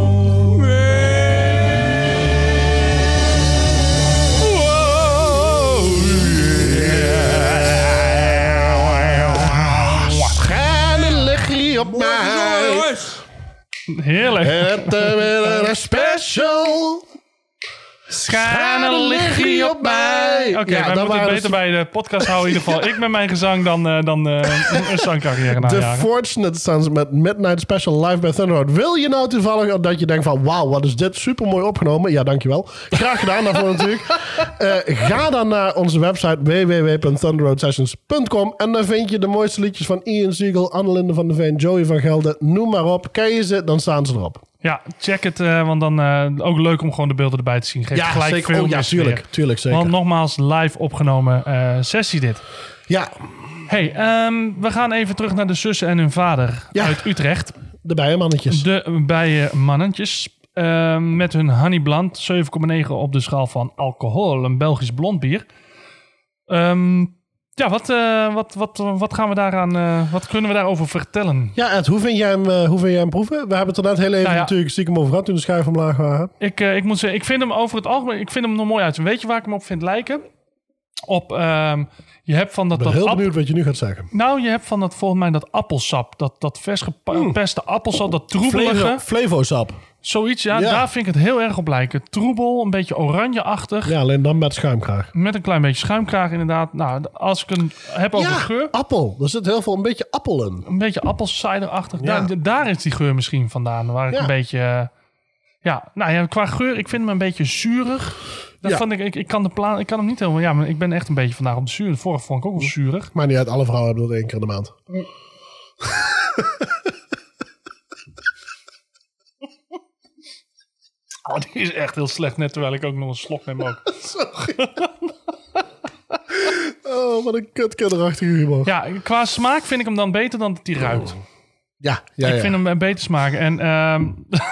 Heerlijk. Het is weer een special. Schijnen lig je op mij. Oké, okay, Ja, wij dat moeten het waren beter dus- bij de podcast houden. In ieder geval ik met mijn gezang dan, uh, dan uh, een zangcarrière The najagen. Fortunate Sons met Midnight Special live bij Thunder Road. Wil je nou toevallig dat je denkt van... wauw, wat is dit super mooi opgenomen? Ja, dankjewel. Graag gedaan daarvoor natuurlijk. Uh, ga dan naar onze website w w w punt thunder road sessions punt com en dan vind je de mooiste liedjes van Ian Siegel, Annelinde van der Veen, Joey van Gelder. Noem maar op. Ken je ze, dan staan ze erop. Ja, check het, uh, want dan uh, ook leuk om gewoon de beelden erbij te zien. Geeft Ja, gelijk zeker. veel Oh, ja, meer tuurlijk, sfeer. tuurlijk, zeker. Want nogmaals, live opgenomen uh, sessie dit. Ja, Hey, um, we gaan even terug naar de zussen en hun vader Ja. uit Utrecht. de bijenmannetjes. De bijenmannetjes. Uh, met hun Honey Blond, zeven komma negen op de schaal van alcohol. Een Belgisch blond bier. Um, ja, wat, uh, wat, wat, wat gaan we daaraan, uh, wat kunnen we daarover vertellen? Ja, Ed, hoe vind jij hem, uh, hoe vind jij hem proeven? We hebben het er net heel even Nou ja. natuurlijk stiekem over gehad toen de schijf omlaag waren. Ik, uh, ik moet zeggen, ik vind hem over het algemeen, ik vind hem nog mooi uit. Weet je waar ik hem op vind lijken? Op, um, je hebt van dat... Ik ben dat heel app- benieuwd wat je nu gaat zeggen. Nou, je hebt van dat volgens mij dat appelsap. Dat, dat vers gepeste appelsap, dat troebelige. Flevo, Flevosap. Zoiets, ja, Ja. daar vind ik het heel erg op lijken. Troebel, een beetje oranjeachtig. Ja, alleen dan met schuimkraag. Met een klein beetje schuimkraag inderdaad. Nou, als ik een heb over Ja, geur, appel. Er zit heel veel, een beetje appel in. een beetje appelciderachtig. Ja. Daar, daar is die geur misschien vandaan. Waar ik Ja. een beetje... uh, ja, nou ja, qua geur, ik vind hem een beetje zuurig. Dat Ja. vond ik, ik, ik, kan de pla- ik kan hem niet helemaal... Ja, maar ik ben echt een beetje vandaag op de zuur. De vorige vond ik ook wel zuurig. Maar niet uit, alle vrouwen hebben dat één keer in de maand. Oh, die is echt heel slecht. Net terwijl ik ook nog een slok neem ook. Oh, wat een kut kinderachtige humor. Ja, qua smaak vind ik hem dan beter dan dat hij ruikt. Ja, ja, Ik ja. vind hem een beter smaken. En, ehm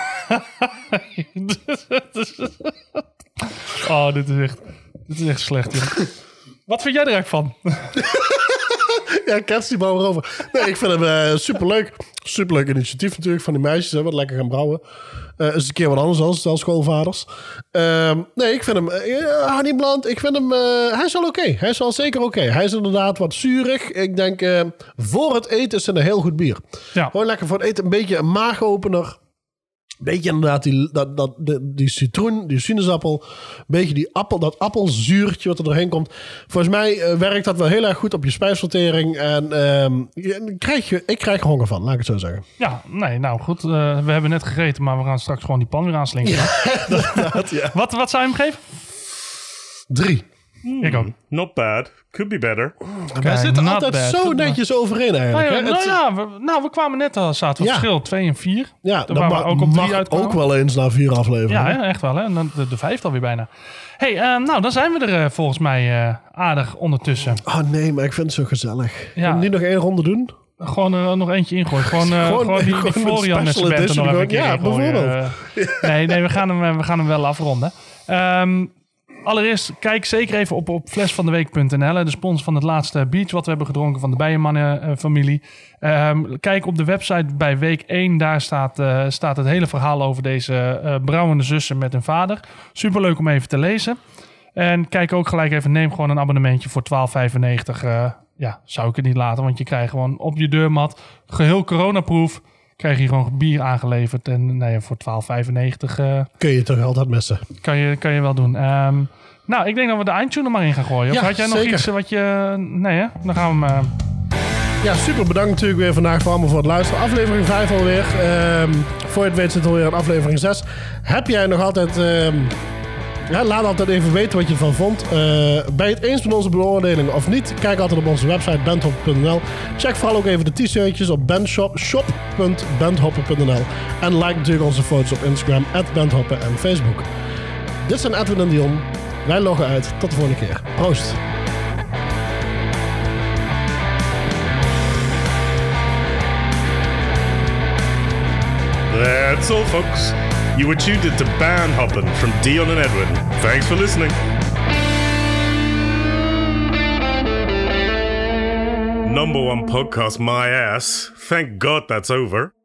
oh, dit is echt, dit is echt slecht, joh. Wat vind jij er eigenlijk van? Ja, kets die bouwen over. Nee, ik vind hem uh, superleuk. Superleuk initiatief natuurlijk van die meisjes. Hè, wat lekker gaan brouwen. Uh, is een keer wat anders als, als schoolvaders. Um, nee, ik vind hem... Uh, Honey Blond, ik vind hem... Uh, hij is wel oké. Okay. Hij is wel zeker oké. Okay. Hij is inderdaad wat zuurig. Ik denk, uh, voor het eten is het een heel goed bier. Ja. Gewoon lekker voor het eten. Een beetje een maagopener. Beetje inderdaad die, dat, dat, die, die citroen, die sinaasappel. Een beetje die appel, dat appelzuurtje wat er doorheen komt. Volgens mij uh, werkt dat wel heel erg goed op je spijsvertering. En um, je, krijg je, ik krijg er honger van, laat ik het zo zeggen. Ja, nee, nou goed. Uh, we hebben net gegeten, maar we gaan straks gewoon die pan weer aanslinken. Inderdaad, ja. Wat, wat zou je hem geven? Drie. Ik ook. Not bad. Could be better. Wij zitten not altijd bad. zo Goed, netjes overeen eigenlijk. Nou ja, hè? nou, Het- ja, we, nou, we kwamen net al, zaten we Ja. verschil. Twee en vier. ja, Daar dat waren mag we ook op drie mag uitkwamen. ook wel eens na vier afleveringen. Ja, hè, echt wel. Hè? En dan de, de vijfde alweer bijna. hey, uh, nou, dan zijn we er uh, volgens mij uh, aardig ondertussen. Oh nee, maar ik vind het zo gezellig. Ja. Kunnen we niet nog één ronde doen? Gewoon uh, nog eentje ingooien. Gewoon, uh, Gewoon- gewoon, die, die gewoon een Florian met zijn special band er nog even een keer edition gewoon. Ja, ingooien. Uh, nee, nee we, gaan hem, uh, we gaan hem wel afronden. Um, allereerst, kijk zeker even op, op flesvandeweek punt n l. De sponsor van het laatste beach wat we hebben gedronken van de Bijenmannen-familie. Um, kijk op de website bij week één. Daar staat, uh, staat het hele verhaal over deze uh, brouwende zussen met hun vader. Superleuk om even te lezen. En kijk ook gelijk even, neem gewoon een abonnementje voor twaalf vijfennegentig. Uh, ja, zou ik het niet laten, want je krijgt gewoon op je deurmat, geheel coronaproof, krijg je gewoon bier aangeleverd. En nou ja, voor twaalf vijfennegentig uh, Kun je toch altijd missen. kan, je, kan je wel doen. Um, nou, ik denk dat we de eindtune er maar in gaan gooien. Of Ja, had jij nog zeker. iets wat je... Nee hè? Dan gaan we hem... Uh, Ja, super bedankt natuurlijk weer vandaag voor allemaal voor het luisteren. Aflevering vijf alweer. Um, voor je het weet zit alweer aan aflevering zes. Heb jij nog altijd... Um, ja, laat altijd even weten wat je ervan vond. Uh, ben je het eens met onze beoordelingen of niet? Kijk altijd op onze website bandhoppen punt n l. Check vooral ook even de t-shirtjes op bandshop, shop punt bandhoppen punt n l. En like natuurlijk onze foto's op Instagram, at bandhoppen en Facebook. Dit zijn Edwin en Dion. Wij loggen uit. Tot de volgende keer. Proost. That's all, folks. You were tuned into Band Hoppin' from Dion and Edwin. Thanks for listening. Number one podcast, my ass. Thank God that's over.